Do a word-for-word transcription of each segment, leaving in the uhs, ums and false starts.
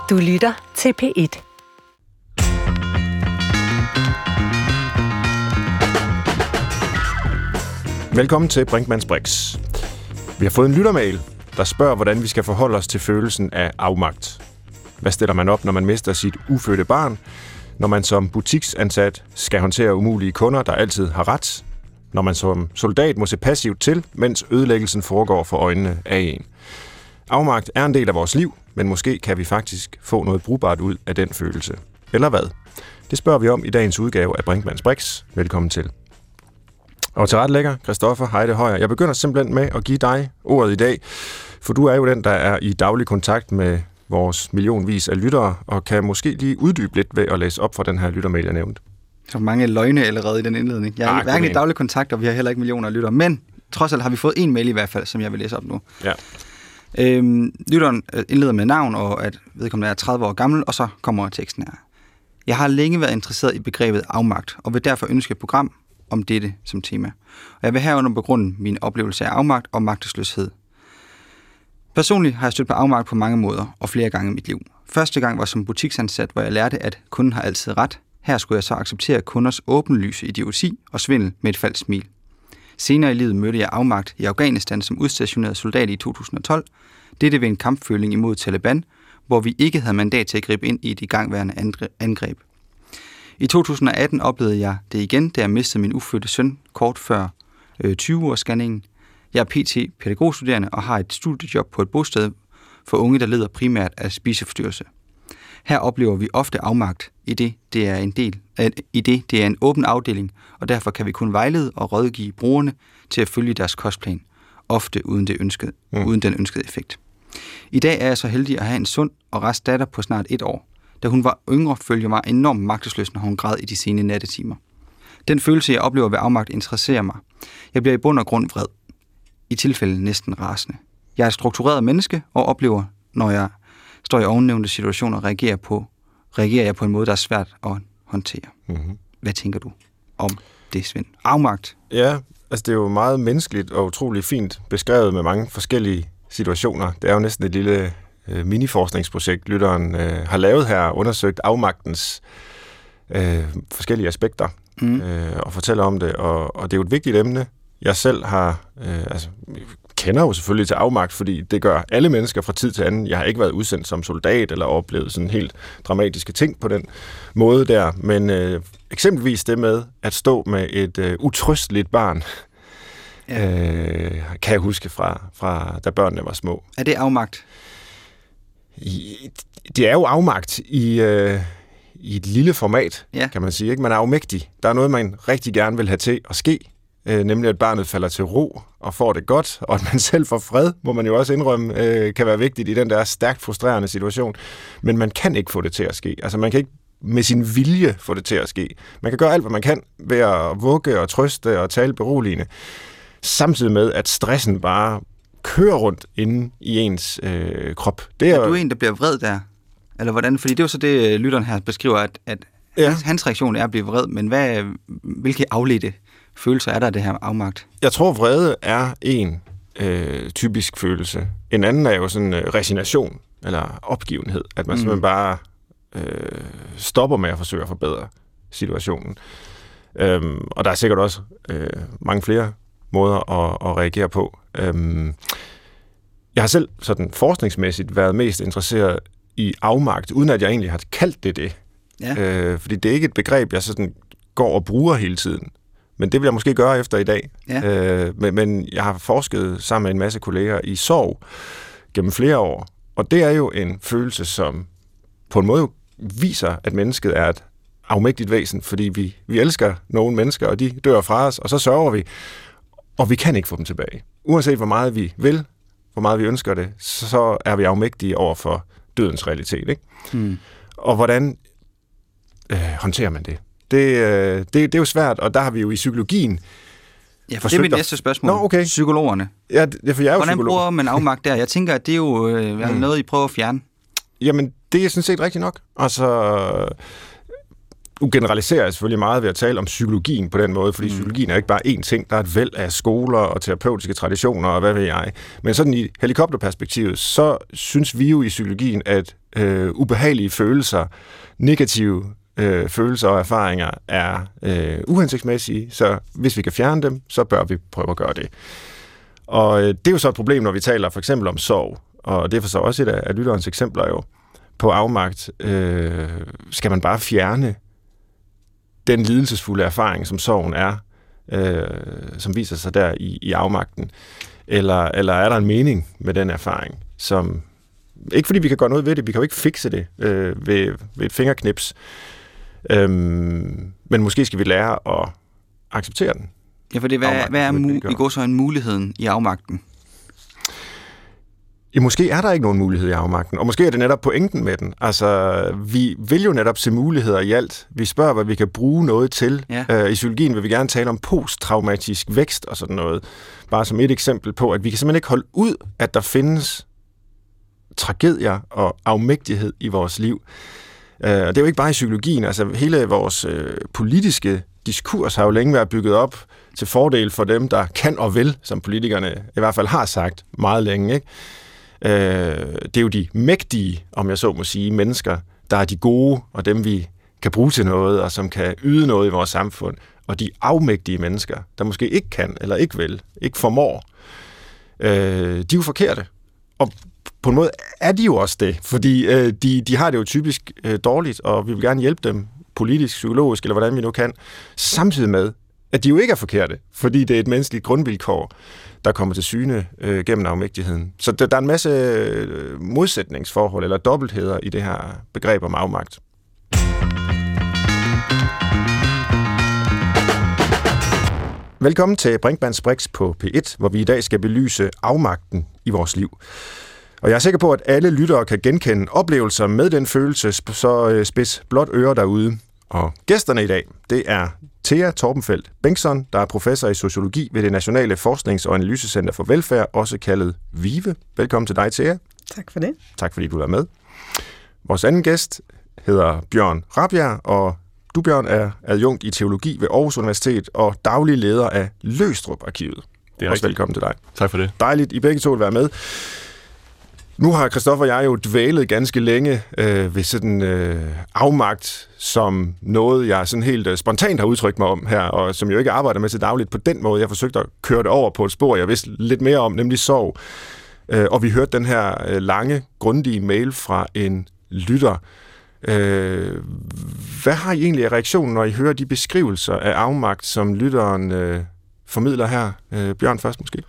Du lytter til P et. Velkommen til Brinkmanns Brix. Vi har fået en lyttermail, der spørger, hvordan vi skal forholde os til følelsen af afmagt. Hvad stiller man op, når man mister sit ufødte barn? Når man som butiksansat skal håndtere umulige kunder, der altid har ret? Når man som soldat må se passivt til, mens ødelæggelsen foregår for øjnene af en? Afmagt er en del af vores liv, men måske kan vi faktisk få noget brugbart ud af den følelse. Eller hvad? Det spørger vi om i dagens udgave af Brinkmanns Brix. Velkommen til. Og til ret lækker, Christoffer Heide Højer. Jeg begynder simpelthen med at give dig ordet i dag, for du er jo den, der er i daglig kontakt med vores millionvis af lyttere, og kan måske lige uddybe lidt ved at læse op for den her lyttermail, jeg nævnte. Så mange løgne allerede i den indledning. Jeg er ah, hverken i daglig kontakt, og vi har heller ikke millioner af lyttere, men trods alt har vi fået en mail i hvert fald, som jeg vil læse op nu. Ja. Øhm, lytteren indleder med navn, og at vedkommende er tredive år gammel, og så kommer teksten her. Jeg har længe været interesseret i begrebet afmagt, og vil derfor ønske et program om dette som tema. Og jeg vil herunder begrunde min oplevelse af afmagt og magtesløshed. Personligt har jeg stødt på afmagt på mange måder, og flere gange i mit liv. Første gang var som butiksansat, hvor jeg lærte, at kunden har altid ret. Her skulle jeg så acceptere kunders åbenlyse idioti og svindel med et falsk smil. Senere i livet mødte jeg afmagt i Afghanistan som udstationeret soldat i to tusind og tolv. Dette ved en kampføling imod Taliban, hvor vi ikke havde mandat til at gribe ind i et igangværende angreb. I to tusind og atten oplevede jeg det igen, da jeg mistede min ufødte søn kort før øh, tyve-årsscanningen. Jeg er P T pædagogstuderende og har et studiejob på et bosted for unge, der lider primært af spiseforstyrrelse. Her oplever vi ofte afmagt, i det det er en del, øh, i det det er en åben afdeling, og derfor kan vi kun vejlede og rådgive brugerne til at følge deres kostplan, ofte uden, det ønskede, mm. uden den ønskede effekt. I dag er jeg så heldig at have en sund og rask datter på snart et år. Da hun var yngre, følte jeg mig enormt magtesløs, når hun græd i de sene nattetimer. Den følelse, jeg oplever ved afmagt, interesserer mig. Jeg bliver i bund og grund vred. I tilfælde næsten rasende. Jeg er et struktureret menneske og oplever, når jeg står i ovennævnte situationer, reagerer, på, reagerer jeg på en måde, der er svært at håndtere. Mm-hmm. Hvad tænker du om det, Svend? Afmagt? Ja, altså det er jo meget menneskeligt og utroligt fint beskrevet med mange forskellige situationer. Det er jo næsten et lille øh, miniforskningsprojekt, lytteren øh, har lavet her, undersøgt afmagtens øh, forskellige aspekter mm. øh, og fortæller om det. Og, og det er jo et vigtigt emne. Jeg selv har, øh, altså, kender jo selvfølgelig til afmagt, fordi det gør alle mennesker fra tid til anden. Jeg har ikke været udsendt som soldat eller oplevet sådan helt dramatiske ting på den måde der. Men øh, eksempelvis det med at stå med et øh, utrøsteligt barn, ja. øh, kan jeg huske fra, fra da børnene var små. Er det afmagt? I, det er jo afmagt i, øh, i et lille format, ja. Kan man sige. Ikke? Man er afmægtig. Der er noget, man rigtig gerne vil have til at ske. Øh, nemlig at barnet falder til ro og får det godt, og at man selv får fred, må man jo også indrømme, øh, kan være vigtigt i den der stærkt frustrerende situation. Men man kan ikke få det til at ske. Altså man kan ikke med sin vilje få det til at ske. Man kan gøre alt, hvad man kan ved at vugge og trøste og tale beroligende, samtidig med, at stressen bare kører rundt inde i ens øh, krop. Det er, er du en, der bliver vred der? Eller hvordan? Fordi det er jo så det, lytteren her beskriver, at, at ja. hans, hans reaktion er at blive vred, men hvad, hvilke afledte følelser er der det her afmagt? Jeg tror, vrede er en øh, typisk følelse. En anden er jo sådan øh, resignation eller opgivenhed. At man mm. simpelthen bare øh, stopper med at forsøge at forbedre situationen. Øhm, og der er sikkert også øh, mange flere måder at, at reagere på. Øhm, jeg har selv sådan forskningsmæssigt været mest interesseret i afmagt, uden at jeg egentlig har kaldt det det. Ja. Øh, fordi det er ikke et begreb, jeg sådan går og bruger hele tiden. Men det vil jeg måske gøre efter i dag. Ja. Øh, men, men jeg har forsket sammen med en masse kolleger i sorg gennem flere år. Og det er jo en følelse, som på en måde viser, at mennesket er et afmægtigt væsen, fordi vi, vi elsker nogle mennesker, og de dør fra os, og så sørger vi, og vi kan ikke få dem tilbage. Uanset hvor meget vi vil, hvor meget vi ønsker det, så er vi afmægtige over for dødens realitet. Ikke? Hmm. Og hvordan øh, håndterer man det? Det, øh, det, det er jo svært, og der har vi jo i psykologien... Ja, for det er mit næste spørgsmål. Nå, okay. Psykologerne. Ja, det, for jeg er jo Hvordan psykolog. bruger man afmagt der? Jeg tænker, at det er jo øh, mm. noget, I prøver at fjerne. Jamen, det er sådan set rigtigt nok. Altså, nu generaliserer jeg selvfølgelig meget ved at tale om psykologien på den måde, fordi mm. psykologien er ikke bare én ting, der er et væld af skoler og terapeutiske traditioner og hvad ved jeg. Men sådan i helikopterperspektivet, så synes vi jo i psykologien, at øh, ubehagelige følelser, negative øh, følelser og erfaringer er øh, uhensigtsmæssige, så hvis vi kan fjerne dem, så bør vi prøve at gøre det. Og øh, det er jo så et problem, når vi taler for eksempel om sorg, og det er for så også et af, af lytterens eksempler jo. På afmagt øh, skal man bare fjerne den lidelsesfulde erfaring, som sorgen er, øh, som viser sig der i, i afmagten. Eller, eller er der en mening med den erfaring, som ikke fordi vi kan gøre noget ved det, vi kan jo ikke fikse det øh, ved, ved et fingerknips, øh, men måske skal vi lære at acceptere den. Ja, for det, hvad, hvad er mu- i går så en muligheden i afmagten? Ja, måske er der ikke nogen mulighed i afmagten, og måske er det netop pointen med den. Altså, vi vil jo netop se muligheder i alt. Vi spørger, hvad vi kan bruge noget til. Ja. Uh, I psykologien vil vi gerne tale om posttraumatisk vækst og sådan noget. Bare som et eksempel på, at vi kan simpelthen ikke holde ud, at der findes tragedier og afmægtighed i vores liv. Uh, og det er jo ikke bare i psykologien. Altså, hele vores uh, politiske diskurs har jo længe været bygget op til fordel for dem, der kan og vil, som politikerne i hvert fald har sagt meget længe, ikke? Det er jo de mægtige, om jeg så må sige, mennesker, der er de gode, og dem vi kan bruge til noget, og som kan yde noget i vores samfund. Og de afmægtige mennesker, der måske ikke kan, eller ikke vil, ikke formår, de er jo forkerte. Og på en måde er de jo også det, fordi de, de har det jo typisk dårligt, og vi vil gerne hjælpe dem politisk, psykologisk, eller hvordan vi nu kan, samtidig med, at de jo ikke er forkerte, fordi det er et menneskeligt grundvilkår, der kommer til syne øh, gennem afmægtigheden. Så der, der er en masse øh, modsætningsforhold eller dobbeltheder i det her begreb om afmagt. Velkommen til Brinkmanns Brix på P et, hvor vi i dag skal belyse afmagten i vores liv. Og jeg er sikker på, at alle lyttere kan genkende oplevelser med den følelse, så øh, spids blot ører derude. Og gæsterne i dag, det er Thea Torbenfeldt Bengtsson, der er professor i sociologi ved det Nationale Forsknings- og Analysecenter for Velfærd, også kaldet VIVE. Velkommen til dig, Thea. Tak for det. Tak fordi du er med. Vores anden gæst hedder Bjørn Rabjerg, og du, Bjørn, er adjunkt i teologi ved Aarhus Universitet og daglig leder af Løgstrup-arkivet. Det er også rigtigt. Velkommen til dig. Tak for det. Dejligt, I begge to vil være med. Nu har Christoffer og jeg jo dvælet ganske længe øh, ved sådan øh, afmagt som noget, jeg sådan helt øh, spontant har udtrykt mig om her, og som jo ikke arbejder med til dagligt på den måde. Jeg forsøgte at køre det over på et spor, jeg vidste lidt mere om, nemlig sorg. Øh, og vi hørte den her øh, lange, grundige mail fra en lytter. Øh, hvad har I egentlig af reaktionen, når I hører de beskrivelser af afmagt, som lytteren øh, formidler her? Øh, Bjørn først måske.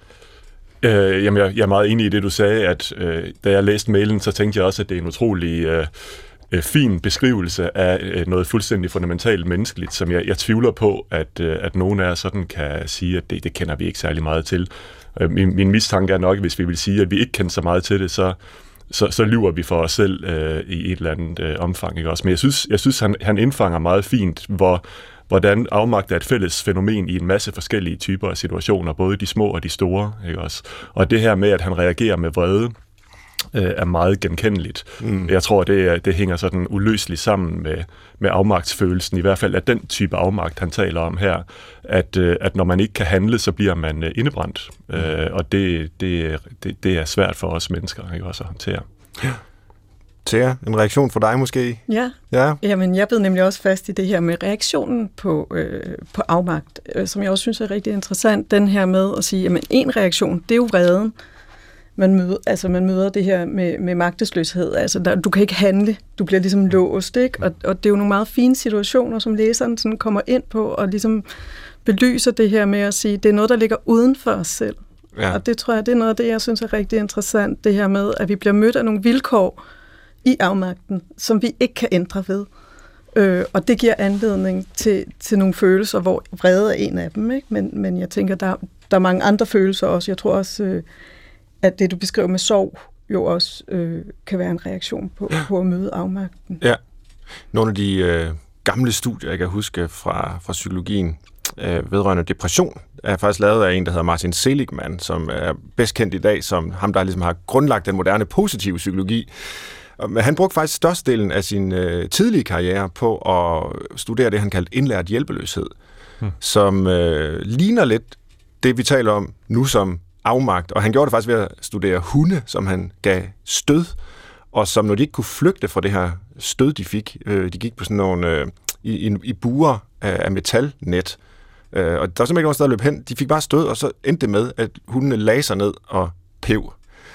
Øh, jamen, jeg, jeg er meget enig i det, du sagde, at øh, da jeg læste mailen, så tænkte jeg også, at det er en utrolig øh, øh, fin beskrivelse af øh, noget fuldstændig fundamentalt menneskeligt, som jeg, jeg tvivler på, at, øh, at nogen af os sådan kan sige, at det, det kender vi ikke særlig meget til. Øh, min, min mistanke er nok, hvis vi vil sige, at vi ikke kender så meget til det, så, så, så lyver vi for os selv øh, i et eller andet øh, omfang. Ikke også? Men jeg synes, jeg synes han, han indfanger meget fint, hvor hvordan afmagt er et fælles fænomen i en masse forskellige typer af situationer, både de små og de store, ikke også? Og det her med, at han reagerer med vrede, øh, er meget genkendeligt. Mm. Jeg tror, det, det hænger sådan uløseligt sammen med, med afmagtsfølelsen, i hvert fald af den type afmagt, han taler om her, at, øh, at når man ikke kan handle, så bliver man øh, indebrændt. Mm. Øh, og det, det, det, det er svært for os mennesker, ikke også, at håndtere. Ja. Thea, en reaktion fra dig måske? Ja, ja. Jamen, jeg bed nemlig også fast i det her med reaktionen på, øh, på afmagt, øh, som jeg også synes er rigtig interessant, den her med at sige, jamen en reaktion, det er jo vreden. Man møder, altså, man møder det her med, med magtesløshed, altså der, du kan ikke handle, du bliver ligesom låst, ikke? Og, og det er jo nogle meget fine situationer, som læseren sådan kommer ind på, og ligesom belyser det her med at sige, det er noget, der ligger uden for os selv. Ja. Og det tror jeg, det er noget af det, jeg synes er rigtig interessant, det her med, at vi bliver mødt af nogle vilkår, i afmagten, som vi ikke kan ændre ved. Øh, og det giver anledning til, til nogle følelser, hvor vrede er en af dem. Ikke? Men, men jeg tænker, der, der er mange andre følelser også. Jeg tror også, øh, at det, du beskriver med sorg, jo også øh, kan være en reaktion på, ja. på at møde afmagten. Ja. Nogle af de øh, gamle studier, jeg kan huske fra, fra psykologien, øh, vedrørende depression, er faktisk lavet af en, der hedder Martin Seligman, som er bedst kendt i dag som ham, der ligesom har grundlagt den moderne positive psykologi. Men han brugte faktisk størstedelen af sin øh, tidlige karriere på at studere det, han kaldte indlært hjælpeløshed, hmm. som øh, ligner lidt det, vi taler om nu som afmagt. Og han gjorde det faktisk ved at studere hunde, som han gav stød, og som når de ikke kunne flygte fra det her stød, de fik, øh, de gik på sådan nogle øh, i, i, i buer af, af metalnet. Øh, og der var simpelthen ikke nogen sted at løbe hen. De fik bare stød, og så endte det med, at hundene lagde sig ned og pev.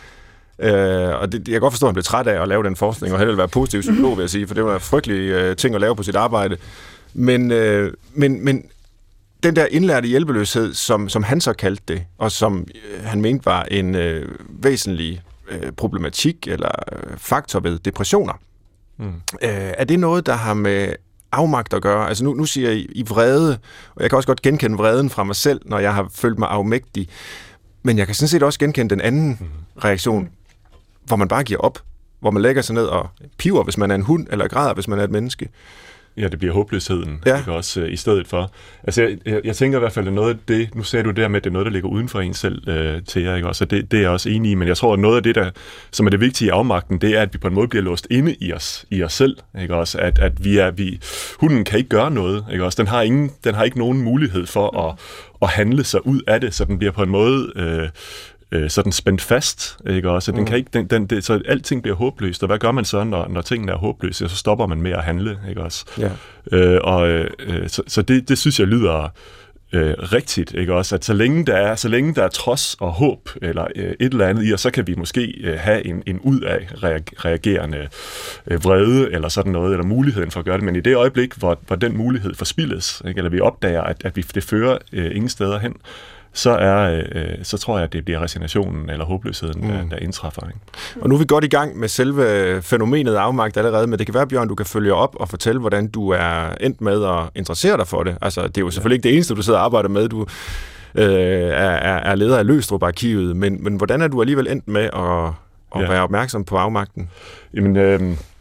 Øh, og det, jeg kan godt forstå, at han blev træt af at lave den forskning, og heller være positiv psykolog, vil jeg sige, for det var en frygtelig øh, ting at lave på sit arbejde. Men, øh, men, men den der indlærte hjælpeløshed, som, som han så kaldte det, og som øh, han mente var en øh, væsentlig øh, problematik eller øh, faktor ved depressioner, mm. øh, er det noget, der har med afmagt at gøre? Altså nu, nu siger jeg i, i vrede, og jeg kan også godt genkende vreden fra mig selv, når jeg har følt mig afmægtig, men jeg kan sådan set også genkende den anden mm. reaktion, hvor man bare giver op, hvor man lægger sig ned og piver, hvis man er en hund, eller græder, hvis man er et menneske. Ja, det bliver håbløsheden, ja. Ikke også, uh, i stedet for. Altså, jeg, jeg, jeg tænker i hvert fald, at noget af det, nu sagde du der med, at det er noget, der ligger uden for en selv uh, til jer, ikke også, og det, det er jeg også enig i, men jeg tror, at noget af det, der, som er det vigtige i afmagten, det er, at vi på en måde bliver låst inde i os, i os selv, ikke også, at, at vi er, vi, hunden kan ikke gøre noget, ikke også, den har ingen, den har ikke nogen mulighed for at, at handle sig ud af det, så den bliver på en måde øh, sådan spændt fast, ikke også? Den kan ikke, den, den, det, så alting bliver håbløst, og hvad gør man så, når, når tingene er håbløse? Så stopper man med at handle, ikke også? Ja. Øh, og øh, så, så det, det synes jeg lyder øh, rigtigt, ikke også? At så længe der er, så længe der er trods og håb eller øh, et eller andet i, og så kan vi måske øh, have en, en ud af reagerende øh, vrede eller sådan noget, eller muligheden for at gøre det. Men i det øjeblik, hvor, hvor den mulighed forspildes, ikke? Eller vi opdager, at, at vi, det fører øh, ingen steder hen, så er, øh, så tror jeg, at det bliver resignationen eller håbløsheden, mm. der, der indtræffer. Ikke? Og nu er vi godt i gang med selve fænomenet afmagt allerede, men det kan være, Bjørn, du kan følge op og fortælle, hvordan du er endt med at interessere dig for det. Altså, det er jo selvfølgelig ikke det eneste, du sidder og arbejder med. Du øh, er, er leder af Løgstrup-arkivet, men, men hvordan er du alligevel endt med at, at ja. være opmærksom på afmagten? Jamen, øh,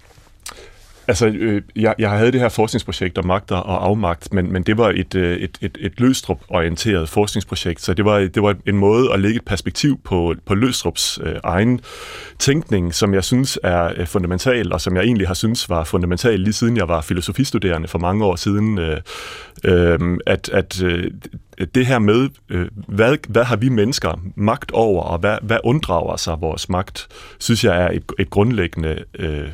Altså, øh, jeg, jeg havde det her forskningsprojekt om magter og afmagt, men, men det var et, et, et, et Løgstrup-orienteret forskningsprojekt, så det var, det var en måde at lægge et perspektiv på, på Løgstrups øh, egen tænkning, som jeg synes er øh, fundamental, og som jeg egentlig har synes var fundamental lige siden jeg var filosofistuderende for mange år siden, øh, øh, at, at øh, det her med, øh, hvad, hvad har vi mennesker magt over, og hvad, hvad unddrager sig vores magt, synes jeg er et, et grundlæggende øh,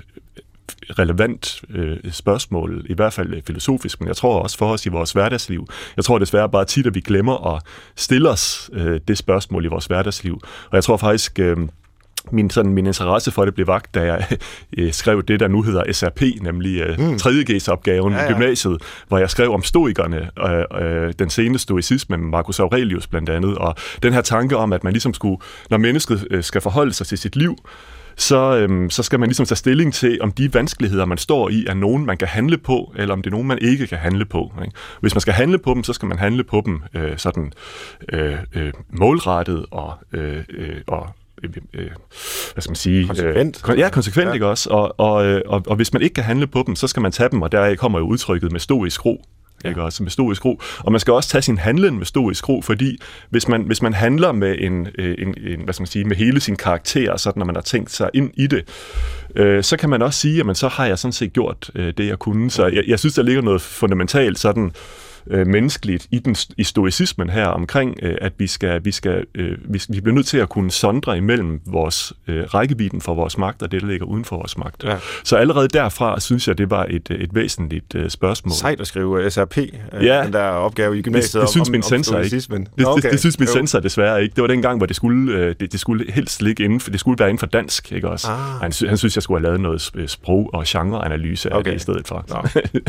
relevant øh, spørgsmål, i hvert fald filosofisk, men jeg tror også for os i vores hverdagsliv. Jeg tror desværre bare tit, at vi glemmer at stille os øh, det spørgsmål i vores hverdagsliv. Og jeg tror faktisk, øh, min, sådan, min interesse for det blev vakt, da jeg øh, skrev det, der nu hedder S R P, nemlig øh, mm. tredje G's-opgaven ja, ja. i gymnasiet, hvor jeg skrev om stoikerne, øh, øh, den seneste stoicisme med Marcus Aurelius blandt andet, og den her tanke om, at man ligesom skulle, når mennesket øh, skal forholde sig til sit liv, Så, øhm, så skal man ligesom tage stilling til, om de vanskeligheder, man står i, er nogen, man kan handle på, eller om det er nogen, man ikke kan handle på. Ikke? Hvis man skal handle på dem, så skal man handle på dem øh, sådan øh, øh, målrettet og, øh, øh, og øh, øh, hvad skal man sige? Konsekvent. Øh, ja, konsekvent, ja. Ikke også? Og, og, og, og hvis man ikke kan handle på dem, så skal man tage dem, og der kommer jo udtrykket med stoisk ro. Ikke også, med stoisk ro. Og man skal også tage sin handlen med stoisk ro, fordi hvis man, hvis man handler med en, en, en, hvad skal man sige, med hele sin karakter, sådan når man har tænkt sig ind i det, øh, så kan man også sige, at så har jeg sådan set gjort øh, det, jeg kunne. Så jeg, jeg synes, der ligger noget fundamentalt sådan øh, menneskeligt i, den, i stoicismen her omkring, øh, at vi skal, vi skal, øh, vi, vi bliver nødt til at kunne sondre imellem vores øh, rækkevidden for vores magt og det, der ligger uden for vores magt. Ja. Så allerede derfra synes jeg, det var et, et væsentligt øh, spørgsmål. Sejt at skrive S R P, øh, ja. den der opgave i gymnasiet. Det, det synes om, min censor ikke. Det, okay. det, det synes min jo. censor desværre ikke. Det var den gang, hvor det skulle, øh, det, det skulle helst ligge inden for, det skulle være inden for dansk, ikke også? Ah. Han, han synes, jeg skulle have lavet noget sprog- og genreanalyse okay. af det i stedet for.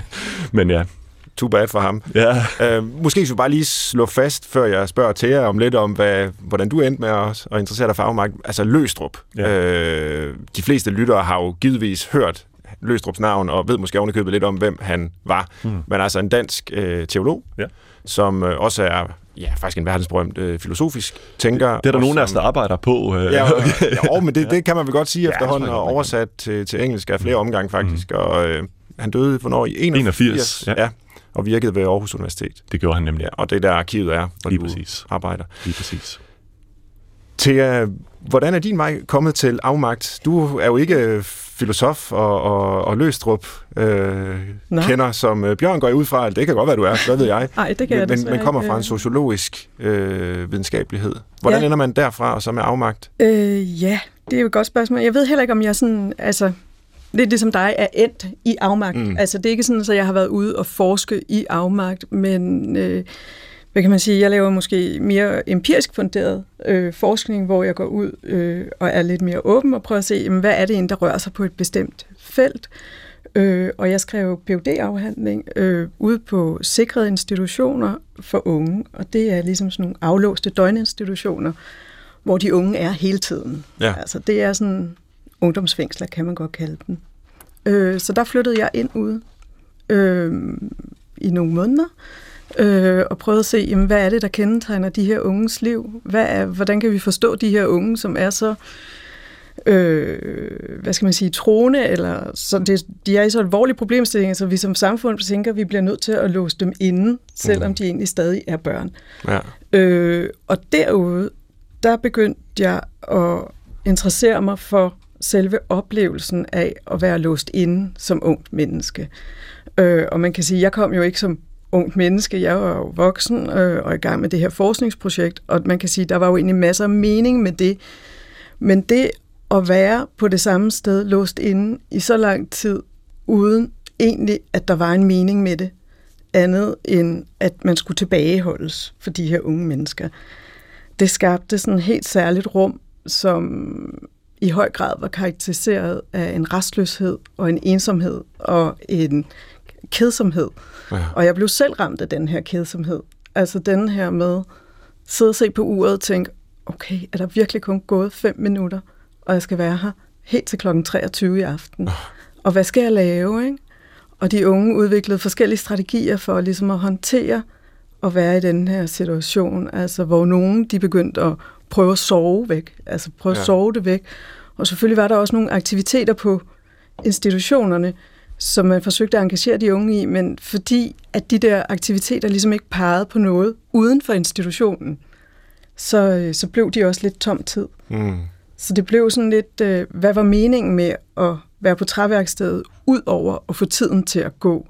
Men ja. Too bad for ham. Ja. Øh, måske skulle vi bare lige slå fast, før jeg spørger til jer om lidt om, hvad, hvordan du endte med at, at interessere dig for afmagt. Altså Løgstrup. Ja. Øh, de fleste lyttere har jo givetvis hørt Løgstrups navn, og ved måske ovenikøbet lidt om, hvem han var. Hmm. Men altså en dansk øh, teolog, ja. som øh, også er ja, faktisk en verdensberømt øh, filosofisk tænker. Det er der nogen af os, der arbejder på. Øh. Ja, okay. ja, men det, det kan man vel godt sige ja, efterhånden, og oversat til, til engelsk af flere omgange faktisk. Hmm. Og øh, han døde hvornår i enogfirs? enogfirs ja. ja. Og virkede ved Aarhus Universitet. Det gjorde han nemlig. Ja, og det er der arkivet er, hvor Lige du præcis. arbejder. Lige præcis. Thea, hvordan er din vej kommet til afmagt? Du er jo ikke filosof og, og, og Løstrup øh, kender, som øh, Bjørn går ud fra. Det kan godt være, du er, hvad ved jeg. Ej, det kan jeg men, men kommer fra en sociologisk øh, videnskabelighed. Hvordan ja. ender man derfra, og så med afmagt? Øh, ja, det er jo et godt spørgsmål. Jeg ved heller ikke, om jeg sådan, altså, lidt ligesom dig, er endt i afmagt. Mm. Altså, det er ikke sådan, at jeg har været ude og forske i afmagt, men øh, hvad kan man sige, jeg laver måske mere empirisk funderet øh, forskning, hvor jeg går ud øh, og er lidt mere åben og prøver at se, jamen, hvad er det en, der rører sig på et bestemt felt. Øh, og jeg skrev P H D-afhandling øh, ude på sikrede institutioner for unge, og det er ligesom sådan nogle aflåste døgninstitutioner, hvor de unge er hele tiden. Ja. Altså, det er sådan ungdomsfængsler, kan man godt kalde dem. Øh, så der flyttede jeg ind ude øh, i nogle måneder, øh, og prøvede at se, jamen, hvad er det, der kendetegner de her unges liv? Hvad er, hvordan kan vi forstå de her unge, som er så, øh, hvad skal man sige, troende, eller så det, de er i så alvorlige problemstillinger, så vi som samfund tænker, at vi bliver nødt til at låse dem inde, selvom mm. de egentlig stadig er børn. Ja. Øh, og derude, der begyndte jeg at interessere mig for selve oplevelsen af at være låst inde som ungt menneske. Øh, og man kan sige, jeg kom jo ikke som ungt menneske, jeg var jo voksen øh, og i gang med det her forskningsprojekt, og man kan sige, der var jo egentlig masser af mening med det. Men det at være på det samme sted, låst inde i så lang tid, uden egentlig, at der var en mening med det, andet end at man skulle tilbageholdes for de her unge mennesker. Det skabte sådan et helt særligt rum, som i høj grad var karakteriseret af en restløshed og en ensomhed og en kedsomhed. Ja. Og jeg blev selv ramt af den her kedsomhed. Altså den her med sidde og se på uret og tænke, okay, er der virkelig kun gået fem minutter, og jeg skal være her helt til klokken treogtyve i aften. Oh. Og hvad skal jeg lave, ikke? Og de unge udviklede forskellige strategier for ligesom at håndtere og være i den her situation, altså hvor nogen de begyndte at prøve at sove væk, altså prøve ja. at sove det væk. Og selvfølgelig var der også nogle aktiviteter på institutionerne, som man forsøgte at engagere de unge i, men fordi at de der aktiviteter ligesom ikke pegede på noget uden for institutionen, så, så blev de også lidt tom tid. Mm. Så det blev sådan lidt, øh, hvad var meningen med at være på træværkstedet, ud over at få tiden til at gå?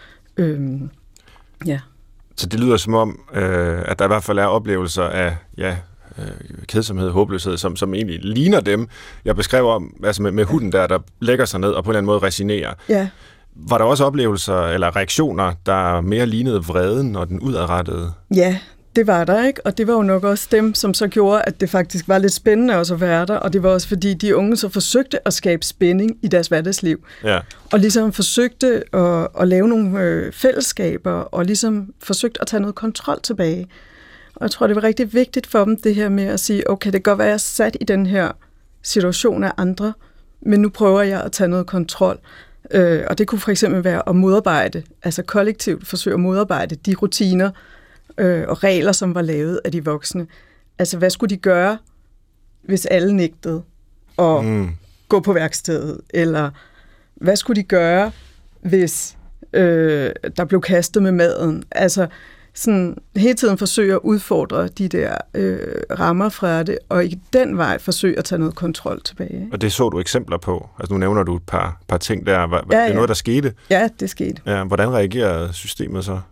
Øhm, ja. Så det lyder som om, øh, at der i hvert fald er oplevelser af ja, øh, kedsomhed, håbløshed, som, som egentlig ligner dem, jeg beskrev om, altså med, med hunden der, der lægger sig ned og på en eller anden måde resignerer. Ja. Var der også oplevelser eller reaktioner, der mere lignede vreden og den udadrettede? Ja, det var der, ikke? Og det var jo nok også dem, som så gjorde, at det faktisk var lidt spændende også at være der, og det var også fordi, de unge så forsøgte at skabe spænding i deres hverdagsliv. Ja. Og ligesom forsøgte at, at lave nogle øh, fællesskaber, og ligesom forsøgte at tage noget kontrol tilbage. Og jeg tror, det var rigtig vigtigt for dem, det her med at sige, okay, det kan godt være, at jeg er sat i den her situation af andre, men nu prøver jeg at tage noget kontrol. Øh, og det kunne for eksempel være at modarbejde, altså kollektivt forsøge at modarbejde de rutiner, Øh, og regler, som var lavet af de voksne. Altså, hvad skulle de gøre, hvis alle nægtede at mm. gå på værkstedet? Eller hvad skulle de gøre, hvis øh, der blev kastet med maden? Altså, sådan hele tiden forsøge at udfordre de der øh, rammer fra det, og i den vej forsøge at tage noget kontrol tilbage. Og det så du eksempler på? Altså, nu nævner du et par, par ting der. Var, ja, ja. Det noget, der skete? Ja, det skete. Ja, hvordan reagerede systemet så?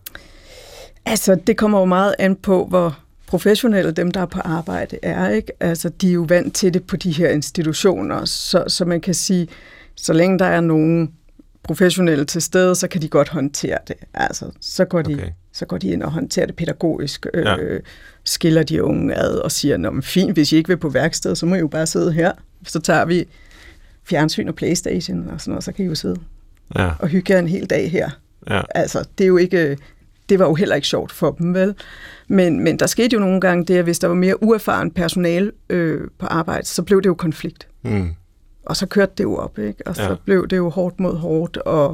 Altså, det kommer jo meget an på, hvor professionelle dem, der er på arbejde, er, ikke? Altså, de er jo vant til det på de her institutioner, så, så man kan sige, så længe der er nogen professionelle til stede, så kan de godt håndtere det. Altså, så går de, okay. så går de ind og håndterer det pædagogisk, ja. øh, skiller de unge ad og siger, nå, men fint, hvis I ikke vil på værksted, så må I jo bare sidde her. Så tager vi fjernsyn og PlayStation og sådan noget, så kan I jo sidde ja. og hygge jer en hel dag her. Ja. Altså, det er jo ikke... Det var jo heller ikke sjovt for dem, vel? Men, men der skete jo nogle gange det, at hvis der var mere uerfaren personale øh, på arbejde, så blev det jo konflikt. Mm. Og så kørte det jo op, ikke? Og så ja. blev det jo hårdt mod hårdt, og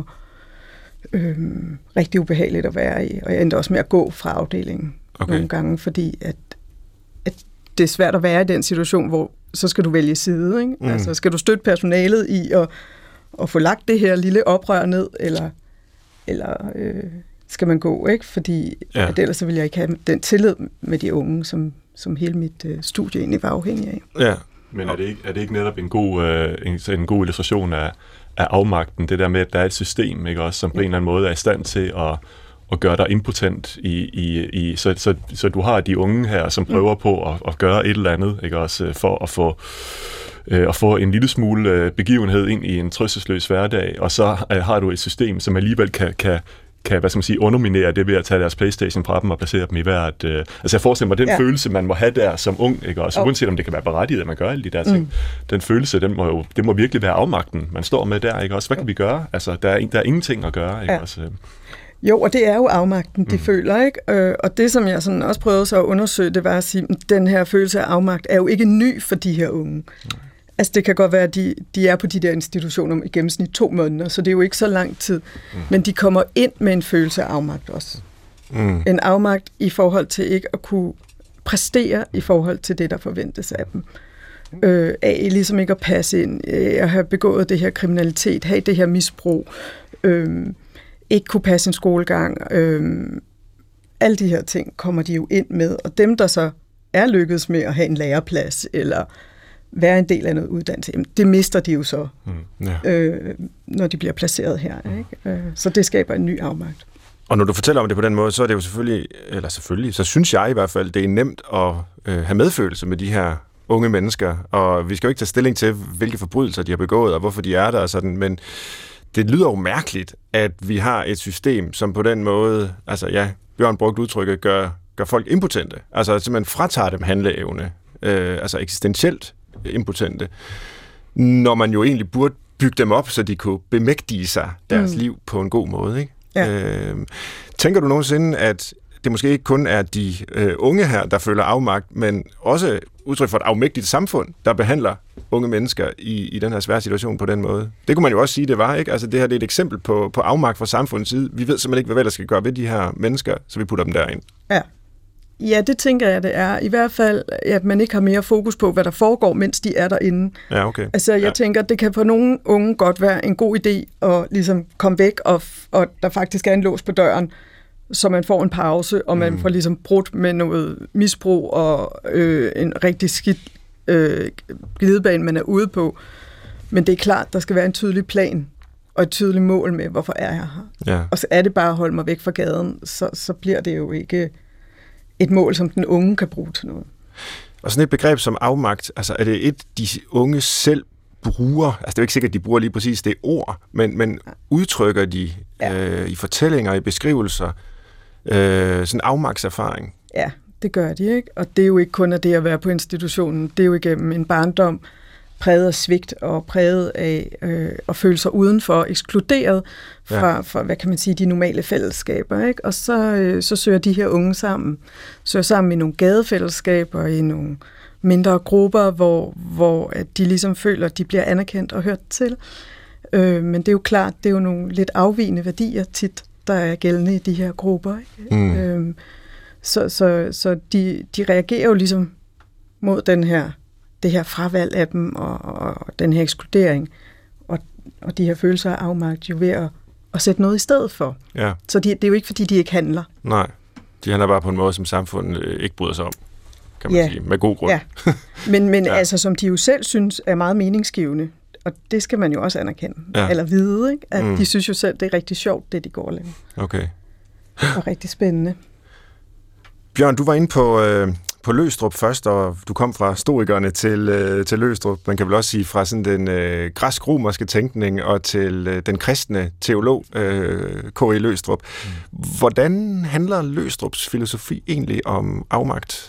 øh, rigtig ubehageligt at være i. Og jeg endte også med at gå fra afdelingen okay. nogle gange, fordi at, at det er svært at være i den situation, hvor så skal du vælge side, ikke? Mm. Altså skal du støtte personalet i at, at få lagt det her lille oprør ned, eller... eller øh, skal man gå, ikke? Fordi ja. at ellers så ville jeg ikke have den tillid med de unge, som, som hele mit øh, studie egentlig var afhængig af. Ja, Men er det ikke, er det ikke netop en god, øh, en, en god illustration af, af afmagten, det der med, at der er et system, ikke, også, som på en eller anden måde er i stand til at, at gøre dig impotent, i, i, i, så, så, så du har de unge her, som prøver mm. på at, at gøre et eller andet, ikke, også, for at få, øh, at få en lille smule øh, begivenhed ind i en trøstesløs hverdag, og så øh, har du et system, som alligevel kan, kan kan, hvad skal man sige, underminere det ved at tage deres PlayStation fra dem og placere dem i hvert... Øh, altså jeg forestiller mig, den ja. følelse, man må have der som ung, ikke også? Oh. Uanset om det kan være berettiget, at man gør alle de der ting. Mm. Den følelse, den må jo, det må virkelig være afmagten, man står med der, ikke også? Hvad kan vi gøre? Altså, der er, der er ingenting at gøre, ikke ja. også? Jo, og det er jo afmagten, de mm. føler, ikke? Øh, og det, som jeg sådan også prøvede så at undersøge, det var at sige, at den her følelse af afmagt er jo ikke ny for de her unge. Mm. Altså det kan godt være, at de, de er på de der institutioner i gennemsnit to måneder, så det er jo ikke så lang tid. Mm. Men de kommer ind med en følelse af afmagt også. Mm. En afmagt i forhold til ikke at kunne præstere i forhold til det, der forventes af dem. Øh, af ligesom ikke at passe ind, øh, at have begået det her kriminalitet, have det her misbrug, øh, ikke kunne passe en skolegang. Øh, alle de her ting kommer de jo ind med, og dem, der så er lykkedes med at have en læreplads, eller være en del af noget uddannelse, det mister de jo så, mm, ja. øh, når de bliver placeret her. Ikke? Så det skaber en ny afmagt. Og når du fortæller om det på den måde, så er det jo selvfølgelig, eller selvfølgelig, så synes jeg i hvert fald, det er nemt at øh, have medfølelse med de her unge mennesker, og vi skal jo ikke tage stilling til, hvilke forbrydelser de har begået, og hvorfor de er der og sådan, men det lyder jo mærkeligt, at vi har et system, som på den måde, altså ja, Bjørn brugte udtrykket, gør, gør folk impotente, altså simpelthen fratager dem handleevne, øh, altså eksistentielt impotente, når man jo egentlig burde bygge dem op, så de kunne bemægtige sig deres mm. liv på en god måde. Ikke? Ja. Øh, tænker du nogensinde, at det måske ikke kun er de øh, unge her, der føler afmagt, men også udtryk for et afmægtigt samfund, der behandler unge mennesker i, i den her svære situation på den måde? Det kunne man jo også sige, det var, ikke? Altså det her det er et eksempel på, på afmagt fra samfundets side. Vi ved simpelthen ikke, hvad der skal gøre ved de her mennesker, så vi putter dem derind. Ja. Ja, det tænker jeg, det er. I hvert fald, at man ikke har mere fokus på, hvad der foregår, mens de er derinde. Ja, okay. Altså, jeg ja. tænker, det kan for nogle unge godt være en god idé at ligesom komme væk, og, og der faktisk er en lås på døren, så man får en pause, og man mm. får ligesom brudt med noget misbrug og øh, en rigtig skidt øh, glidebane, man er ude på. Men det er klart, der skal være en tydelig plan og et tydeligt mål med, hvorfor er jeg her. Ja. Og så er det bare at holde mig væk fra gaden, så, så bliver det jo ikke et mål, som den unge kan bruge til noget. Og sådan et begreb som afmagt, altså er det et, de unge selv bruger, altså det er jo ikke sikkert, at de bruger lige præcis det ord, men, men udtrykker de ja. øh, i fortællinger, i beskrivelser, øh, sådan afmagtserfaring? Ja, det gør de, ikke? Og det er jo ikke kun af det at være på institutionen, det er jo igennem en barndom, præget af svigt og præget af øh, at føle sig udenfor, ekskluderet fra, ja. fra, hvad kan man sige, de normale fællesskaber, ikke? Og så, øh, så søger de her unge sammen, søger sammen i nogle gadefællesskaber, i nogle mindre grupper, hvor, hvor at de ligesom føler, at de bliver anerkendt og hørt til. Øh, men det er jo klart, det er jo nogle lidt afvigende værdier tit, der er gældende i de her grupper, ikke? Mm. Øh, så så, så de, de reagerer jo ligesom mod den her det her fravalg af dem, og, og den her ekskludering, og, og de her følelser af afmagt, jo ved at, at sætte noget i stedet for. Ja. Så de, det er jo ikke, fordi de ikke handler. Nej, de handler bare på en måde, som samfundet ikke bryder sig om, kan man ja. sige, med god grund. Ja. Men, men ja. altså, som de jo selv synes, er meget meningsgivende, og det skal man jo også anerkende, ja. eller vide, ikke? At mm. de synes jo selv, det er rigtig sjovt, det de går og laver. Okay. Og rigtig spændende. Bjørn, du var inde på... Øh på Løgstrup først, og du kom fra historikerne til, øh, til Løgstrup. Man kan vel også sige fra sådan den øh, græsk-romerske tænkning og til øh, den kristne teolog øh, K E Løgstrup. Mm. Hvordan handler Løgstrups filosofi egentlig om afmagt?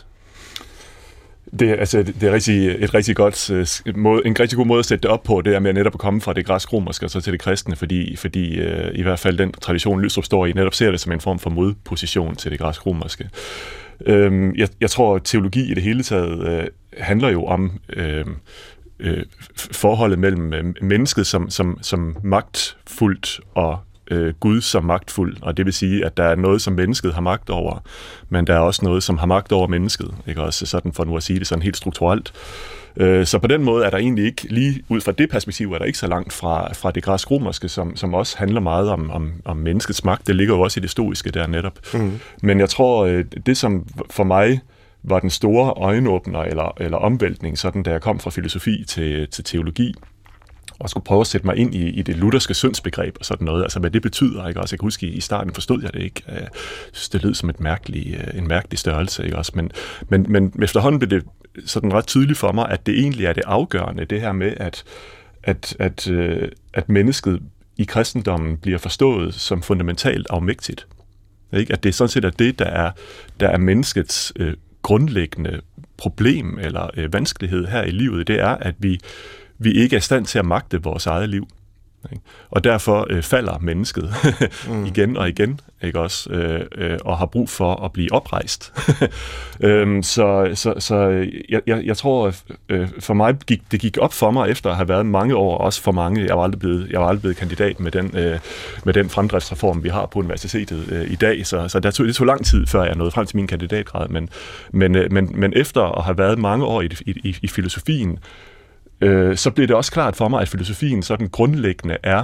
Det, altså, det er rigtig, et rigtig godt, et måde, en rigtig god måde at sætte det op på, det er med netop at komme fra det græsk-romerske og så til det kristne, fordi, fordi øh, i hvert fald den tradition, Løgstrup står i, netop ser det som en form for modposition til det græsk-romerske. Øhm, jeg, jeg tror, at teologi i det hele taget øh, handler jo om øh, øh, forholdet mellem øh, mennesket som, som, som magtfuldt og øh, Gud som magtfuld, og det vil sige, at der er noget, som mennesket har magt over, men der er også noget, som har magt over mennesket, ikke også sådan for nu at sige det sådan helt strukturelt. Øh, så på den måde er der egentlig ikke, lige ud fra det perspektiv, er der ikke så langt fra, fra det græsk-romerske, som, som også handler meget om, om, om menneskets magt. Det ligger jo også i det stoiske der netop. Mm. Men jeg tror, det som for mig var den store øjenåbner eller, eller omvæltning, sådan da jeg kom fra filosofi til, til teologi, og skulle prøve at sætte mig ind i, i det lutherske syndsbegreb og sådan noget, altså hvad det betyder, ikke også? Jeg kan huske, i starten forstod jeg det ikke. Jeg synes, det lød som et mærkelig, en mærkelig størrelse, ikke også? Men, men, men efterhånden blev det sådan ret tydeligt for mig, at det egentlig er det afgørende, det her med, at, at, at, at mennesket i kristendommen bliver forstået som fundamentalt afmægtigt. Ikke? At det sådan set er det, der er, der er menneskets øh, grundlæggende problem eller øh, vanskelighed her i livet, det er, at vi vi ikke er i stand til at magte vores eget liv. Ikke? Og derfor øh, falder mennesket mm. igen og igen, ikke også, øh, øh, og har brug for at blive oprejst. øhm, så så, så jeg, jeg, jeg tror, øh, for mig gik det gik op for mig, efter at have været mange år, også for mange, jeg var aldrig blevet, jeg var aldrig blevet kandidat med den, øh, med den fremdriftsreform, vi har på universitetet øh, i dag, så, så der tog, det tog lang tid, før jeg nåede frem til min kandidatgrad, men, men, øh, men, men efter at have været mange år i, i, i, i filosofien, Øh, så blev det også klart for mig, at filosofien sådan grundlæggende er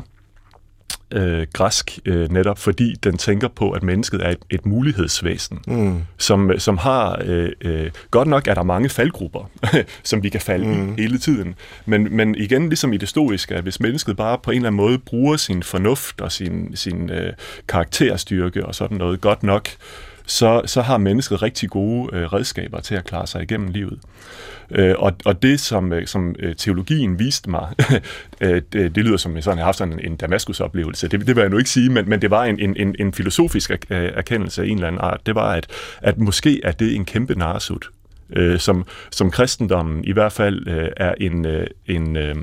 øh, græsk, øh, netop fordi den tænker på, at mennesket er et, et mulighedsvæsen, mm. som, som har, øh, øh, godt nok er der mange faldgrupper, som vi kan falde mm. i hele tiden, men, men igen, ligesom i det stoiske, at hvis mennesket bare på en eller anden måde bruger sin fornuft og sin, sin øh, karakterstyrke og sådan noget godt nok, så, så har mennesket rigtig gode øh, redskaber til at klare sig igennem livet. Øh, og, og det, som, som teologien viste mig, det, det lyder som, sådan, jeg har haft sådan en, en Damaskus-oplevelse, det, det vil jeg nu ikke sige, men, men det var en, en, en filosofisk erkendelse af en eller anden art. Det var, at, at måske er det en kæmpe narsut, øh, som, som kristendommen i hvert fald øh, er en... Øh, en øh,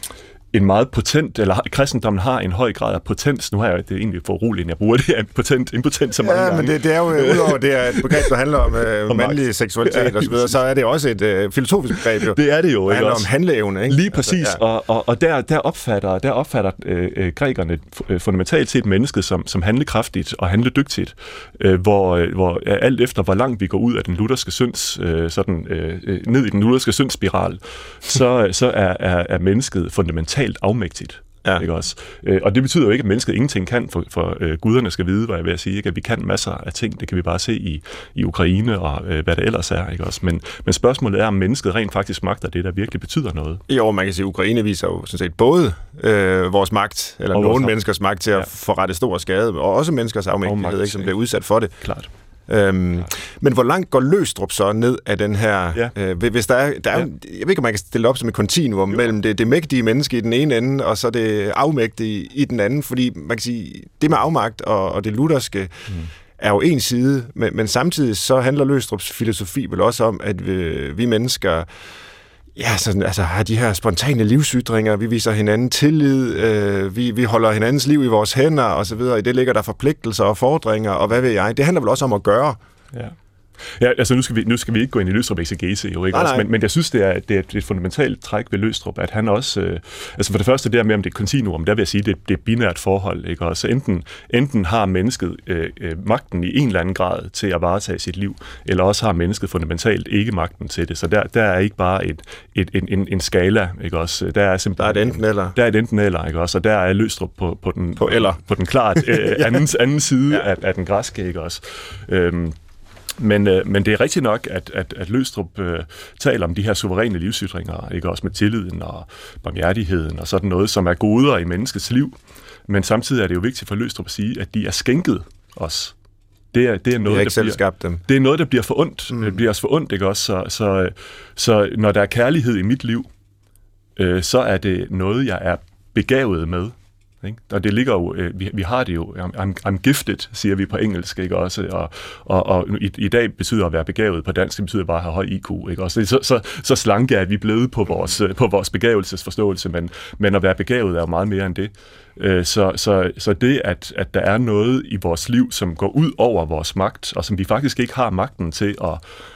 en meget potent, eller kristendommen har en høj grad af potens. Nu har jeg det egentlig for roligt, end jeg bruger det, en potent, impotent så mange ja, gange. men det, det er jo, udover det er et begreb, der handler om øh, mandlig seksualitet og så videre, så er det også et øh, filosofisk begreb. Jo. Det er det jo, det handler også? om handleevne, ikke? Lige præcis, altså, ja. og, og, og der, der opfatter, der opfatter øh, grækerne fundamentalt set mennesket som, som handlekraftigt og handledygtigt, øh, hvor, hvor alt efter, hvor langt vi går ud af den lutherske synds, øh, sådan, øh, ned i den lutherske syndsspiral, så, så er, er, er mennesket fundamentalt afmægtigt. Ja. Ikke også? Øh, og det betyder jo ikke, at mennesket ingenting kan, for, for øh, guderne skal vide, hvad jeg vil sige, ikke? At vi kan masser af ting, det kan vi bare se i, i Ukraine og øh, hvad det ellers er. Ikke også? Men, men spørgsmålet er, om mennesket rent faktisk magter det, der virkelig betyder noget. Jo, man kan sige, at Ukraine viser jo sådan set både øh, vores magt, eller og nogle menneskers magt til at ja. forrette stor skade, og også menneskers afmægtighed, ikke, som bliver udsat for det. Klart. Øhm, ja. Men hvor langt går Løgstrup så ned af den her... Ja. Øh, hvis der er, der er, ja. Jeg ved ikke, om man kan stille op som et kontinuum mellem det, det mægtige menneske i den ene ende, og så det afmægtige i den anden, fordi man kan sige, det med afmagt og, og det lutherske mm. er jo en side, men, men samtidig så handler Løgstrups filosofi vel også om, at vi, vi mennesker... Ja, sådan, altså har de her spontane livsytringer, vi viser hinanden tillid, øh, vi, vi holder hinandens liv i vores hænder, og så videre. I det ligger der forpligtelser og fordringer, og hvad ved jeg. Det handler vel også om at gøre. Ja. Ja, altså nu skal vi, nu skal vi ikke gå ind i Løgstrup eksegese, jo ikke nej, også, nej. Men, men jeg synes, det er, det er et fundamentalt træk ved Løgstrup, at han også, øh, altså for det første der med, om det er kontinuum, der vil jeg sige, det, det er et binært forhold, ikke også? Enten, enten har mennesket øh, magten i en eller anden grad til at varetage sit liv, eller også har mennesket fundamentalt ikke magten til det, så der, der er ikke bare et, et, en, en, en skala, ikke også? Der er simpelthen... Der er et enten eller. Der er et enten eller, ikke også? Og der er Løgstrup på, på den, på, eller. på den klart øh, anden, anden side ja. af, af den græske, ikke også? Øhm, Men, øh, men det er rigtigt nok, at, at, at Løgstrup øh, taler om de her suveræne livsytringer, ikke også med tilliden og barmhjertigheden og sådan noget, som er goder i menneskets liv. Men samtidig er det jo vigtigt for Løgstrup at sige, at de er skænket os. Det er, det er noget, der bliver, dem. Det er noget, der bliver forundt. Mm. Det bliver os forundt, ikke også? Så, så, så når der er kærlighed i mit liv, øh, så er det noget, jeg er begavet med. Ikke? Og det ligger jo, øh, vi, vi har det jo, I'm, I'm gifted, siger vi på engelsk, ikke også, og, og, og i, i dag betyder at være begavet, på dansk det betyder bare at have høj I Q, ikke også, så, så, så slanke er vi blevet på vores, på vores begavelsesforståelse, men, men at være begavet er jo meget mere end det. Så, så, så det, at, at der er noget i vores liv, som går ud over vores magt, og som vi faktisk ikke har magten til at,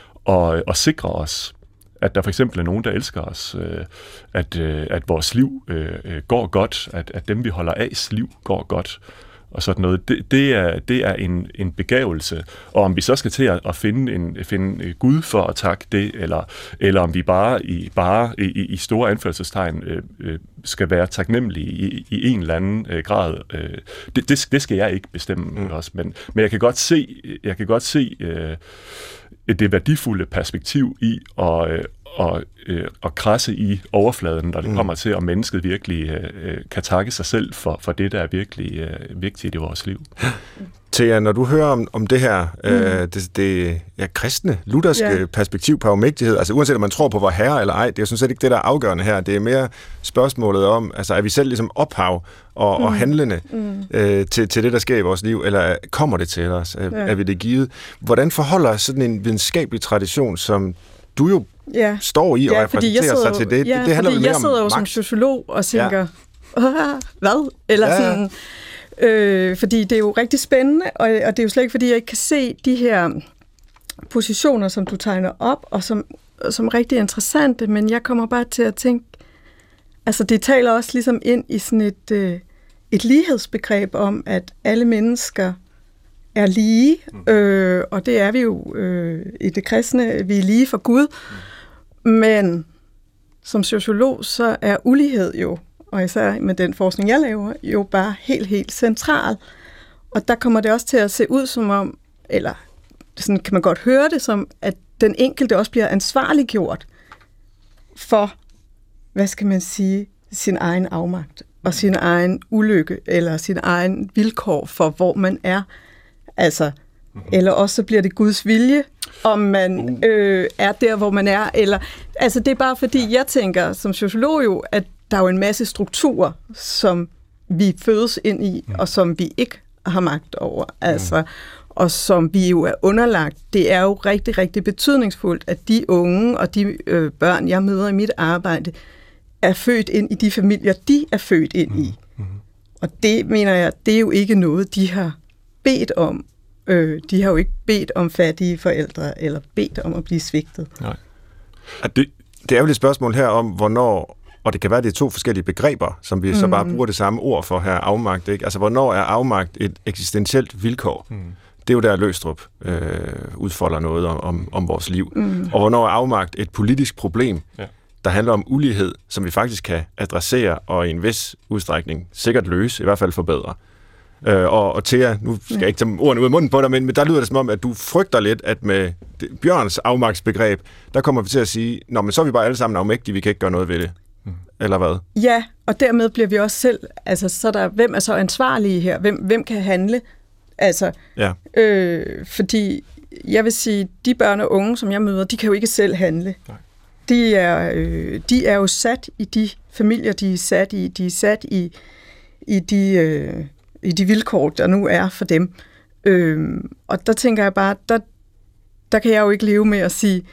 at, at sikre os, at der for eksempel er nogen, der elsker os, at, at vores liv går godt, at, at dem, vi holder afs liv, går godt. og sådan noget. Det, det er, det er en, en begævelse. Og om vi så skal til at, at finde, en, finde Gud for at takke det, eller, eller om vi bare i, bare i, i store anførselstegn øh, øh, skal være taknemmelige i, i en eller anden øh, grad, øh, det, det, det skal jeg ikke bestemme. Mm. Også. Men, men jeg kan godt se, jeg kan godt se øh, det værdifulde perspektiv i at øh, og, øh, og krasse i overfladen, når det mm. kommer til, om mennesket virkelig øh, kan takke sig selv for, for det, der er virkelig øh, vigtigt i vores liv. Thea, når du hører om, om det her, mm. øh, det, det ja, kristne, lutherske yeah. perspektiv på afmægtighed, altså uanset om man tror på vor herre eller ej, det er jo sådan set ikke det, der er afgørende her. Det er mere spørgsmålet om, altså er vi selv ligesom ophav og, mm. og handlende mm. øh, til, til det, der sker i vores liv, eller kommer det til os? Er, yeah. er vi det givet? Hvordan forholder sådan en videnskabelig tradition, som du jo ja. står i og ja, repræsenterer sig til det? Ja, det handler fordi jeg sidder jo som sociolog og tænker, ja. hvad? Eller ja. sådan... Øh, fordi det er jo rigtig spændende, og, og det er jo slet ikke, fordi jeg ikke kan se de her positioner, som du tegner op, og som, som rigtig interessante, men jeg kommer bare til at tænke, altså det taler også ligesom ind i sådan et, øh, et lighedsbegreb om, at alle mennesker er lige, øh, og det er vi jo øh, i det kristne, vi er lige for Gud, men som sociolog, så er ulighed jo, og især med den forskning, jeg laver, jo bare helt, helt central. Og der kommer det også til at se ud som om, eller sådan kan man godt høre det som, at den enkelte også bliver ansvarliggjort for, hvad skal man sige, sin egen afmagt, og sin egen ulykke, eller sin egen vilkår for, hvor man er. Altså, mm-hmm. eller også så bliver det Guds vilje, om man øh, er der, hvor man er. Eller, altså, det er bare fordi, jeg tænker som sociolog jo, at der er jo en masse strukturer, som vi fødes ind i, mm. og som vi ikke har magt over. Altså, mm. og som vi jo er underlagt. Det er jo rigtig, rigtig betydningsfuldt, at de unge og de øh, børn, jeg møder i mit arbejde, er født ind i de familier, de er født ind i. Mm. Og det, mener jeg, det er jo ikke noget, de har bedt om. Øh, de har jo ikke bedt om fattige forældre, eller bedt om at blive svigtet. Nej. Det, det er jo et spørgsmål her om, hvornår, og det kan være, det er to forskellige begreber, som vi mm. så bare bruger det samme ord for her, afmagt. Ikke? Altså, hvornår er afmagt et eksistentielt vilkår? Mm. Det er jo der, Løgstrup øh, udfolder noget om, om, om vores liv. Mm. Og hvornår er afmagt et politisk problem, ja. der handler om ulighed, som vi faktisk kan adressere og i en vis udstrækning sikkert løse, i hvert fald forbedre. Øh, og, og Thea, nu skal jeg ikke tage ordene ud af munden på dig, men, men der lyder det som om, at du frygter lidt, at med det, Bjørns afmagtsbegreb, der kommer vi til at sige, nå, men så er vi bare alle sammen afmægtige, vi kan ikke gøre noget ved det. Mm. Eller hvad? Ja, og dermed bliver vi også selv, altså så der, hvem er så ansvarlige her? Hvem, hvem kan handle? Altså, ja. øh, fordi jeg vil sige, de børn og unge, som jeg møder, de kan jo ikke selv handle. Nej. De er, øh, de er jo sat i de familier, de er sat i, de er sat i, i de... Øh, i de vilkår, der nu er for dem. Øhm, og der tænker jeg bare, der, der kan jeg jo ikke leve med at sige,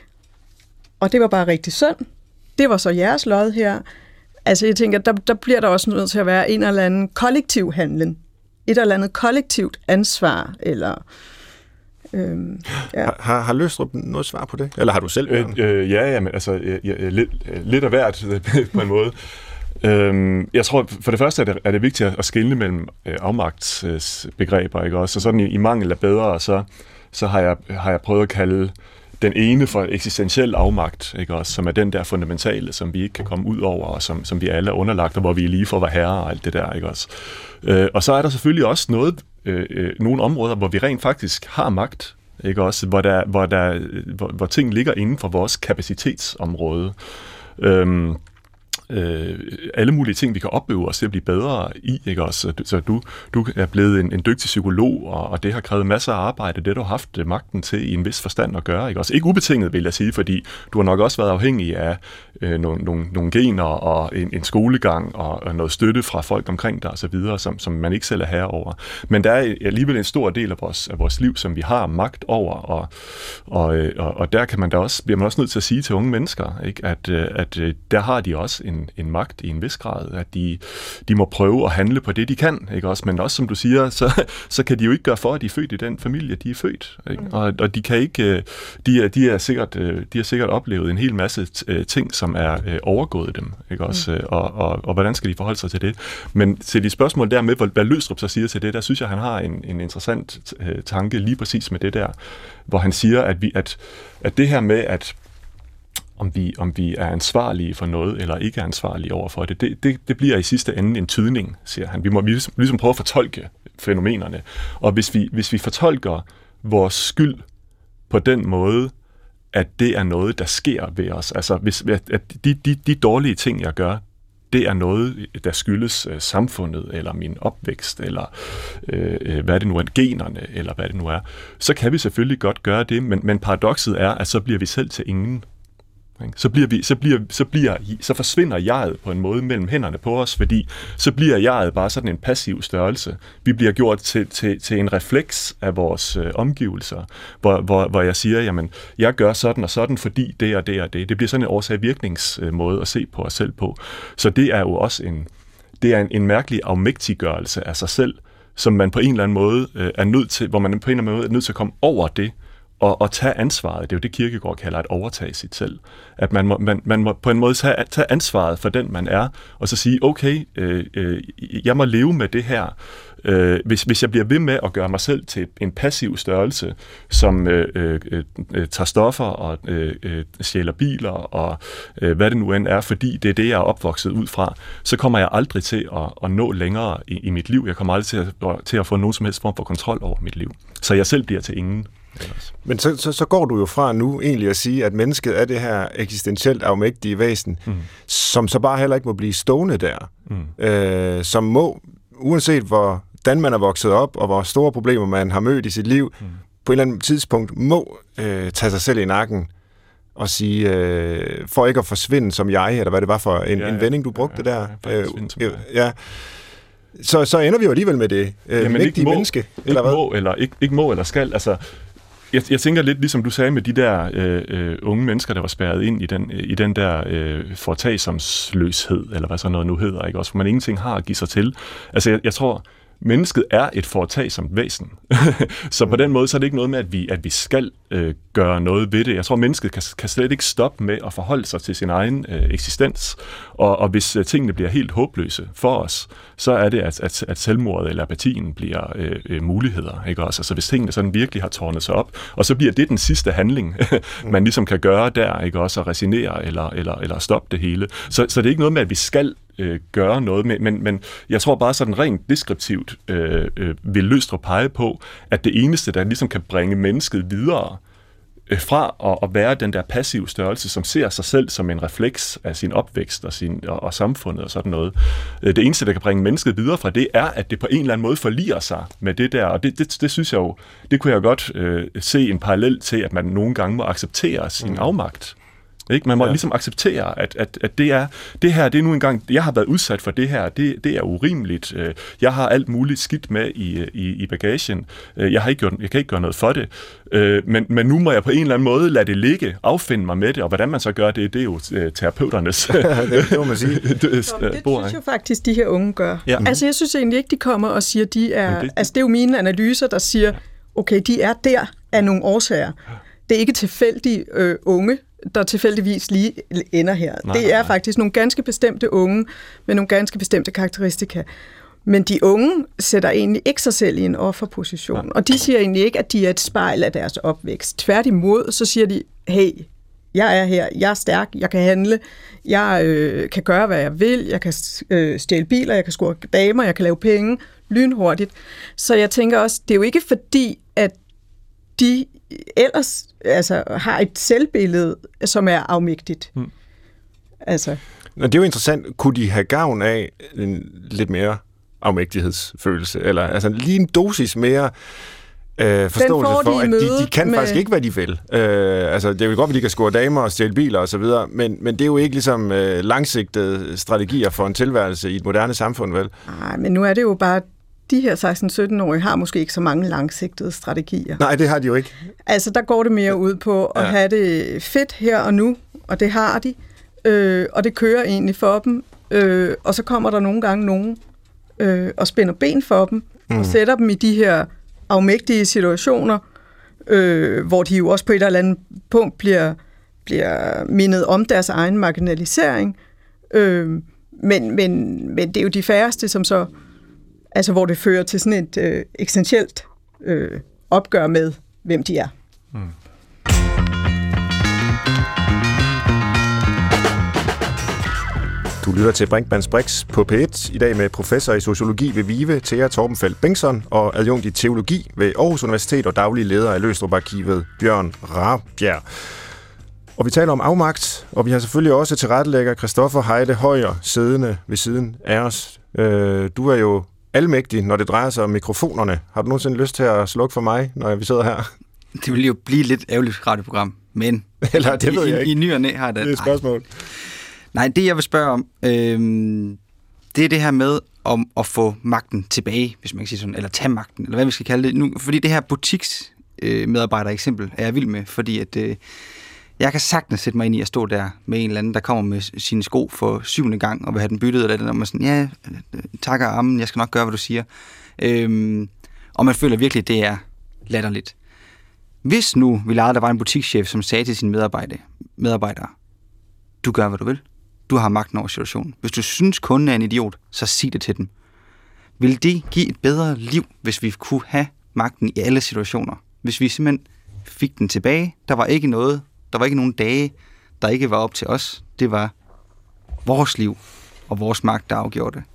og det var bare rigtig synd. Det var så jeres lod her. Altså jeg tænker, der, der bliver der også nødt til at være en eller anden kollektiv handling. Et eller andet kollektivt ansvar, eller... Øhm, ja. Har, har, har Løgstrup noget svar på det? Eller har du selv? Øh, øh, ja, jamen, altså ja, lidt, lidt af hvert på en måde. Øhm, jeg tror, for det første er det, er det vigtigt at skelne mellem øh, afmagtsbegreber, ikke også? Så sådan i, i mangel af bedre, så, så har, jeg, har jeg prøvet at kalde den ene for eksistentiel afmagt, ikke også? Som er den der fundamentale, som vi ikke kan komme ud over, og som, som vi alle er underlagt, og hvor vi er lige for at være herre og alt det der, ikke også? Øh, og så er der selvfølgelig også noget, øh, øh, nogle områder, hvor vi rent faktisk har magt, ikke også? Hvor, der, hvor, der, hvor, hvor ting ligger inden for vores kapacitetsområde. Øhm, Øh, alle mulige ting, vi kan opøve os til at blive bedre i, ikke også? Så du, du er blevet en, en dygtig psykolog, og, og det har krævet masser af arbejde, det du har haft magten til i en vis forstand at gøre, ikke også? Ikke ubetinget, vil jeg sige, fordi du har nok også været afhængig af øh, nogle, nogle, nogle gener og en, en skolegang og, og noget støtte fra folk omkring dig og så videre, som, som man ikke selv er herre over. Men der er alligevel en stor del af vores, af vores liv, som vi har magt over, og, og, og, og der kan man da også, bliver man også nødt til at sige til unge mennesker, ikke? At, at der har de også en en, en magt i en vis grad, at de, de må prøve at handle på det, de kan, ikke også? Men også, som du siger, så, så kan de jo ikke gøre for, at de er født i den familie, de er født. Ikke? Mm. Og, og de kan ikke, de er, de er sikkert, de har sikkert oplevet en hel masse ting, som er overgået dem, ikke også? Mm. Og, og, og hvordan skal de forholde sig til det? Men til de spørgsmål der med, hvad Løgstrup så siger til det, der synes jeg, han har en, en interessant tanke lige præcis med det der, hvor han siger, at, vi, at, at det her med, at om vi, om vi er ansvarlige for noget, eller ikke er ansvarlige over for det, det, det, det bliver i sidste ende en tydning, siger han. Vi må ligesom, ligesom prøve at fortolke fænomenerne. Og hvis vi, hvis vi fortolker vores skyld på den måde, at det er noget, der sker ved os, altså hvis, at de, de, de dårlige ting, jeg gør, det er noget, der skyldes øh, samfundet, eller min opvækst, eller øh, hvad det nu er, generne, eller hvad det nu er, så kan vi selvfølgelig godt gøre det, men, men paradokset er, at så bliver vi selv til ingen. Så, bliver vi, så, bliver, så, bliver, så forsvinder jeget på en måde mellem hænderne på os, fordi så bliver jeget bare sådan en passiv størrelse. Vi bliver gjort til, til, til en refleks af vores øh, omgivelser, hvor, hvor, hvor jeg siger, jamen, jeg gør sådan og sådan, fordi det og det og det. Det bliver sådan en årsag-virkningsmåde at se på os selv på. Så det er jo også en, det er en, en mærkelig afmægtiggørelse af sig selv, som man på en eller anden måde øh, er nødt til, hvor man på en eller anden måde er nødt til at komme over det, Og, og tage ansvaret. Det er jo det, Kierkegaard kalder at overtage sit selv. At man må, man, man må på en måde tage, tage ansvaret for den, man er, og så sige, okay, øh, øh, jeg må leve med det her. Øh, hvis, hvis jeg bliver ved med at gøre mig selv til en passiv størrelse, som øh, øh, øh, tager stoffer og øh, øh, stjæler biler, og øh, hvad det nu end er, fordi det er det, jeg er opvokset ud fra, så kommer jeg aldrig til at, at nå længere i, i mit liv. Jeg kommer aldrig til at, til at få nogen som helst form for kontrol over mit liv. Så jeg selv bliver til ingen. Men så, så, så går du jo fra nu egentlig at sige, at mennesket er det her eksistentielt afmægtige væsen, mm. som så bare heller ikke må blive stående der. Mm. Øh, som må, uanset hvordan man er vokset op, og hvor store problemer man har mødt i sit liv, mm. på et eller andet tidspunkt må øh, tage sig selv i nakken og sige, øh, for ikke at forsvinde som jeg, eller hvad det var for en, ja, ja. en vending, du brugte ja, ja, der. Ja, øh, ja. Så, så ender vi jo alligevel med det øh, Jamen, vigtige må, menneske. Ikke eller hvad? må, eller ikke, ikke må, eller skal. Altså, jeg, jeg tænker lidt, ligesom du sagde med de der øh, øh, unge mennesker, der var spærret ind i den, i den der øh, foretagsomsløshed, eller hvad så noget nu hedder, ikke? Også, for man ingenting har at give sig til. Altså, jeg, jeg tror, mennesket er et foretagsomt væsen. Så på den måde, så er det ikke noget med, at vi, at vi skal øh, gøre noget ved det. Jeg tror, mennesket kan, kan slet ikke stoppe med at forholde sig til sin egen øh, eksistens. Og, og hvis øh, tingene bliver helt håbløse for os, så er det, at, at, at selvmordet eller apatien bliver øh, øh, muligheder. Ikke også? Altså hvis tingene sådan virkelig har tårnet sig op, og så bliver det den sidste handling, man ligesom kan gøre der, ikke også? At resignere eller, eller, eller stoppe det hele. Så, så det er ikke noget med, at vi skal øh, gøre noget med, men, men jeg tror bare sådan rent deskriptivt øh, øh, vil Løgstrup pege på, at det eneste, der ligesom kan bringe mennesket videre øh, fra at, at være den der passive størrelse, som ser sig selv som en refleks af sin opvækst og, sin, og, og samfundet og sådan noget. Øh, det eneste, der kan bringe mennesket videre fra det, er, at det på en eller anden måde forliger sig med det der, og det, det, det synes jeg jo, det kunne jeg godt øh, se en parallel til, at man nogle gange må acceptere sin mm. afmagt. Ikke? Man må ja. ligesom acceptere, at, at, at det er det her, det er nu engang, jeg har været udsat for det her, det, det er urimeligt. Jeg har alt muligt skidt med i, i, i bagagen. Jeg, har ikke gjort, jeg kan ikke gøre noget for det. Men, men nu må jeg på en eller anden måde lade det ligge, affinde mig med det, og hvordan man så gør det, det er jo terapeuternes det, det må man sige. det, det synes jeg faktisk, de her unge gør. Ja. Altså jeg synes egentlig ikke, de kommer og siger, de er, det, altså det er jo mine analyser, der siger, okay, de er der af nogle årsager. Det er ikke tilfældige øh, unge, der tilfældigvis lige ender her. Nej, det er nej. faktisk nogle ganske bestemte unge med nogle ganske bestemte karakteristika. Men de unge sætter egentlig ikke sig selv i en offerposition, ja. og de siger egentlig ikke, at de er et spejl af deres opvækst. Tværtimod, så siger de, hey, jeg er her, jeg er stærk, jeg kan handle, jeg øh, kan gøre, hvad jeg vil, jeg kan øh, stjæle biler, jeg kan score damer, jeg kan lave penge lynhurtigt. Så jeg tænker også, det er jo ikke fordi, at de ellers altså, har et selvbillede, som er afmægtigt. Hmm. Altså. Nå, det er jo interessant. Kunne de have gavn af en lidt mere afmægtighedsfølelse? Eller altså lige en dosis mere øh, forståelse for, at de, de kan med... faktisk ikke, hvad de vil. Øh, altså, det er jo godt, at de kan score damer og stjæle biler osv., men, men det er jo ikke ligesom øh, langsigtede strategier for en tilværelse i et moderne samfund, vel? Nej, men nu er det jo bare de her seksten sytten-årige har måske ikke så mange langsigtede strategier. Nej, det har de jo ikke. Altså, der går det mere ud på at ja. have det fedt her og nu, og det har de. øh, og det kører egentlig for dem, øh, og så kommer der nogle gange nogen øh, og spænder ben for dem, mm. og sætter dem i de her afmægtige situationer, øh, hvor de jo også på et eller andet punkt bliver, bliver mindet om deres egen marginalisering. Øh, men, men, men det er jo de færreste, som så, altså hvor det fører til sådan et øh, eksistentielt øh, opgør med, hvem de er. Mm. Du lytter til Brinkmanns Brix på P et, i dag med professor i sociologi ved VIVE, Thea Torbenfeldt Bengtsson, og adjunkt i teologi ved Aarhus Universitet og daglig leder af Løgstrup-arkivet, Bjørn Rabjerg. Og vi taler om afmagt, og vi har selvfølgelig også tilrettelægger Christoffer Heide Højer siddende ved siden af os. Øh, du er jo almægtig, når det drejer sig om mikrofonerne. Har du nogensinde lyst til at slukke for mig, når vi sidder her? Det vil jo blive lidt ærgerligt radioprogram, men Eller, det ved i, jeg ikke. i, i ny og næ har det. Det er et spørgsmål. Nej, det jeg vil spørge om, øhm, det er det her med om at få magten tilbage, hvis man kan sige sådan, eller tage magten, eller hvad vi skal kalde det nu. Fordi det her butiksmedarbejder-eksempel er jeg vild med, fordi at øh, jeg kan sagtens sætte mig ind i at stå der med en eller anden, der kommer med sine sko for syvende gang, og vil have den byttet, eller den, og man sådan, ja, takker armen, jeg skal nok gøre, hvad du siger. Øhm, og man føler virkelig, det er latterligt. Hvis nu vi legede, der var en butikschef, som sagde til sine medarbejdere, medarbejdere, du gør, hvad du vil. Du har magten over situationen. Hvis du synes, kunden er en idiot, så sig det til dem. Vil det give et bedre liv, hvis vi kunne have magten i alle situationer? Hvis vi simpelthen fik den tilbage, der var ikke noget, der var ikke nogen dage, der ikke var op til os. Det var vores liv og vores magt, der afgjorde det.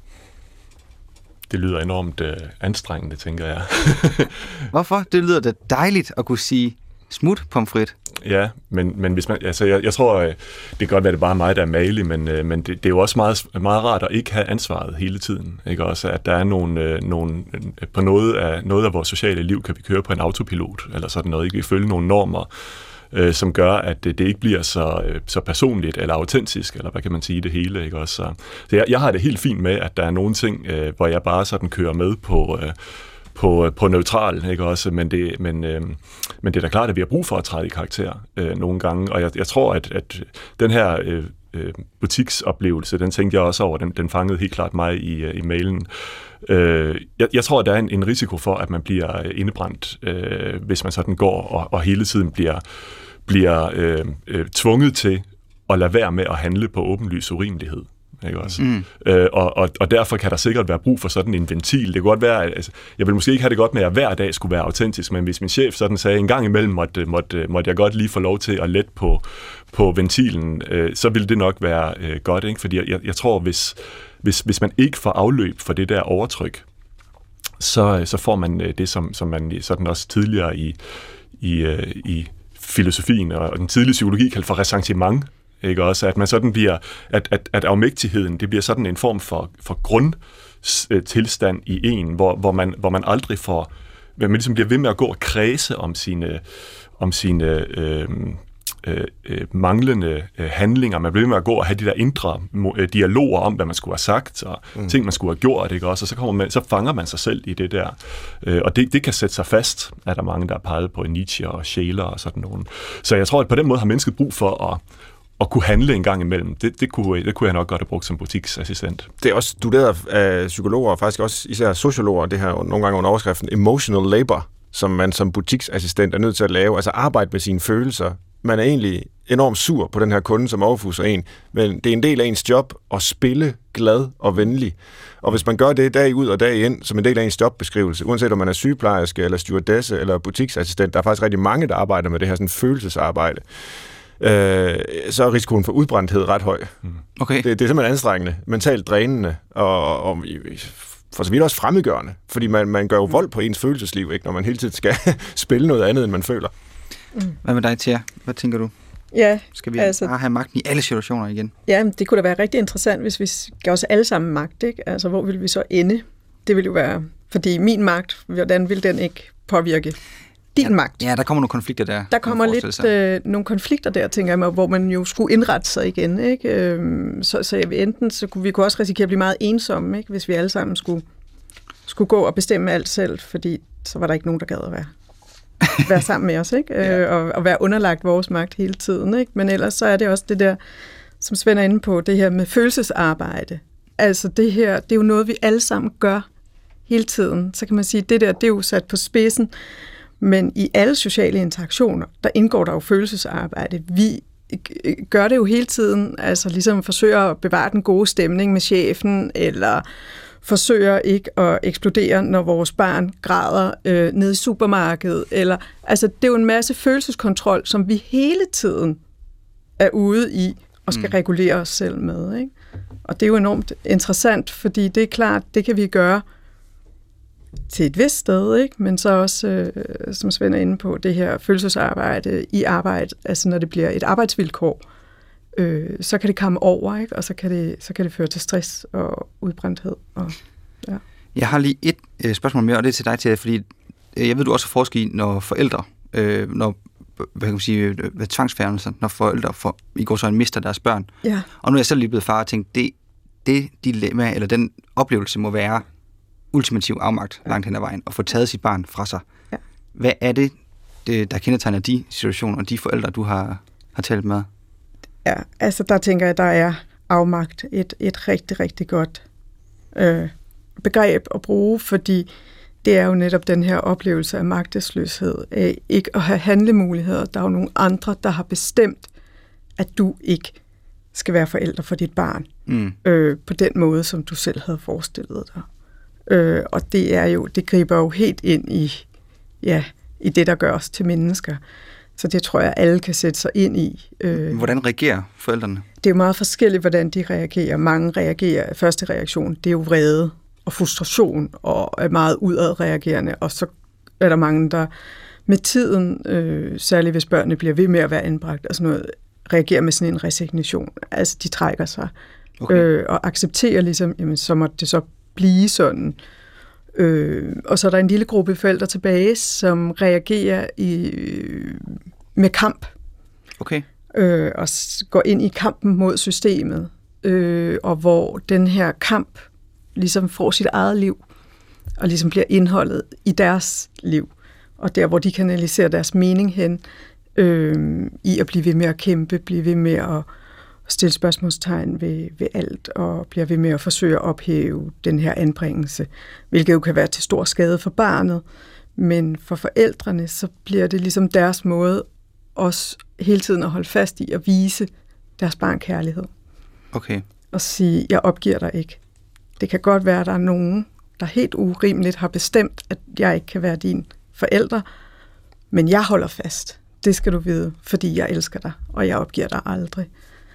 Det lyder enormt øh, anstrengende, tænker jeg. Hvorfor? Det lyder da dejligt at kunne sige, smut pomfrit. Ja, men, men hvis man, altså jeg, jeg tror, det kan godt være, det er bare mig, der er malig, men, men det, det er jo også meget, meget rart at ikke have ansvaret hele tiden. Ikke? Også, at der er nogle, nogle, på noget af, noget af vores sociale liv, kan vi køre på en autopilot, eller sådan noget, ikke? Vi følger nogle normer, øh, som gør, at det, det ikke bliver så, så personligt eller autentisk, eller hvad kan man sige, det hele. Ikke? Også, så så jeg, jeg har det helt fint med, at der er nogle ting, øh, hvor jeg bare sådan kører med på... Øh, På, på neutral, ikke også, men det, men, øh, men det er da klart, at vi har brug for at træde i karakter øh, nogle gange, og jeg, jeg tror, at, at den her øh, butiksoplevelse, den tænkte jeg også over, den, den fangede helt klart mig i, i mailen. Øh, jeg, jeg tror, at der er en, en risiko for, at man bliver indebrændt, øh, hvis man sådan går og, og hele tiden bliver, bliver øh, øh, tvunget til at lade være med at handle på åbenlys urimelighed. Ikke også? Mm. Øh, og, og, og derfor kan der sikkert være brug for sådan en ventil. Det kan godt være, altså, jeg vil måske ikke have det godt med, at hver dag skulle være autentisk, men hvis min chef sådan sagde, en gang imellem måtte, måtte, måtte jeg godt lige få lov til at lette på, på ventilen, øh, så ville det nok være øh, godt, ikke? Fordi jeg, jeg tror, hvis, hvis, hvis man ikke får afløb for det der overtryk, så, så får man øh, det, som, som man sådan også tidligere i, i, øh, i filosofien og den tidlige psykologi kaldte for ressentiment. Ikke også, at man sådan bliver, at, at, at afmægtigheden, det bliver sådan en form for, for grundtilstand i en, hvor, hvor, man, hvor man aldrig får, man ligesom bliver ved med at gå og kredse om sine, om sine øh, øh, manglende øh, handlinger. Man bliver ved med at gå og have de der indre øh, dialoger om, hvad man skulle have sagt, og mm. ting, man skulle have gjort, ikke også, og så, kommer man, så fanger man sig selv i det der. Øh, og det, det kan sætte sig fast, at der er mange, der har peget på Nietzsche og Scheler og sådan nogen. Så jeg tror, at på den måde har mennesket brug for at at kunne handle en gang imellem. Det, det, kunne, det kunne jeg nok godt have brugt som butiksassistent. Det er også studeret af psykologer, og faktisk også især sociologer, det her nogle gange under overskriften emotional labor, som man som butiksassistent er nødt til at lave, altså arbejde med sine følelser. Man er egentlig enormt sur på den her kunde, som overfuser en, men det er en del af ens job at spille glad og venlig. Og hvis man gør det dag ud og dag ind, som en del af ens jobbeskrivelse, uanset om man er sygeplejerske, eller stewardesse, eller butiksassistent, der er faktisk rigtig mange, der arbejder med det her sådan følelsesarbejde, Øh, så er risikoen for udbrændthed ret høj. Okay. Det, det er simpelthen anstrengende, mentalt drænende, og, og for så vidt også fremmedgørende, fordi man, man gør jo vold på ens følelsesliv, ikke, når man hele tiden skal spille noget andet, end man føler. Mm. Hvad med dig, Thea? Hvad tænker du? Ja, skal vi altså, bare have magten i alle situationer igen? Ja, det kunne da være rigtig interessant, hvis vi gav os alle sammen magt, ikke? Altså, hvor vil vi så ende? Det ville jo være, fordi min magt, hvordan vil den ikke påvirke din ja, magt? Ja, der kommer nogle konflikter der. Der kommer lidt øh, nogle konflikter der, tænker jeg mig, hvor man jo skulle indrette sig igen, ikke? Øhm, så, så enten så kunne vi kunne også risikere at blive meget ensomme, ikke? Hvis vi alle sammen skulle, skulle gå og bestemme alt selv, fordi så var der ikke nogen, der gad at være, være sammen med os, ikke? ja. øh, og, og være underlagt vores magt hele tiden, ikke? Men ellers så er det også det der, som Svend er inde på, det her med følelsesarbejde. Altså det her, det er jo noget, vi alle sammen gør hele tiden. Så kan man sige, det der, det er jo sat på spidsen. Men i alle sociale interaktioner, der indgår der jo følelsesarbejde. Vi gør det jo hele tiden, altså ligesom forsøger at bevare den gode stemning med chefen, eller forsøger ikke at eksplodere, når vores barn græder øh, nede i supermarkedet. Eller, altså, det er jo en masse følelseskontrol, som vi hele tiden er ude i og skal mm. regulere os selv med. Ikke? Og det er jo enormt interessant, fordi det er klart, det kan vi gøre til et vist sted, ikke? Men så også, øh, som Svend er inde på, det her følelsesarbejde i arbejde, altså når det bliver et arbejdsvilkår, øh, så kan det komme over, ikke? Og så kan det, så kan det føre til stress og udbrændthed. Og, ja. Jeg har lige et øh, spørgsmål mere, og det er til dig, til, fordi øh, jeg ved, du også forsker i, når forældre, øh, når hvad kan man sige, ved tvangsfjernelse, når forældre for, i går så en mister deres børn. Ja. Og nu er jeg selv lige blevet far og tænkt, det, det dilemma, eller den oplevelse må være ultimativ afmagt langt hen ad vejen, og få taget sit barn fra sig. Ja. Hvad er det, det, der kendetegner de situationer, og de forældre, du har, har talt med? Ja, altså der tænker jeg, der er afmagt et, et rigtig, rigtig godt øh, begreb at bruge, fordi det er jo netop den her oplevelse af magtesløshed, af ikke at have handlemuligheder. Der er jo nogle andre, der har bestemt, at du ikke skal være forælder for dit barn, mm. øh, på den måde, som du selv havde forestillet dig. Øh, og det er jo, det griber jo helt ind i, ja, i det, der gør os til mennesker. Så det tror jeg, alle kan sætte sig ind i. Øh, hvordan reagerer forældrene? Det er jo meget forskelligt, hvordan de reagerer. Mange reagerer, første reaktion, det er jo vrede og frustration, og er meget udadreagerende, og så er der mange, der med tiden, øh, særligt hvis børnene bliver ved med at være anbragt, og sådan noget, reagerer med sådan en resignation. Altså, de trækker sig, okay. øh, og accepterer ligesom, jamen, så må det så blive sådan. Øh, og så er der en lille gruppe forældre tilbage, som reagerer i, øh, med kamp. Okay. Øh, og går ind i kampen mod systemet, øh, og hvor den her kamp ligesom får sit eget liv, og ligesom bliver indholdet i deres liv, og der, hvor de kanaliserer deres mening hen, øh, i at blive ved med at kæmpe, blive ved med at stille spørgsmålstegn ved, ved alt, og bliver ved med at forsøge at ophæve den her anbringelse, hvilket jo kan være til stor skade for barnet, men for forældrene, så bliver det ligesom deres måde også hele tiden at holde fast i at vise deres barn kærlighed. Okay. Og sige, jeg opgiver dig ikke. Det kan godt være, at der er nogen, der helt urimeligt har bestemt, at jeg ikke kan være din forælder, men jeg holder fast. Det skal du vide, fordi jeg elsker dig, og jeg opgiver dig aldrig.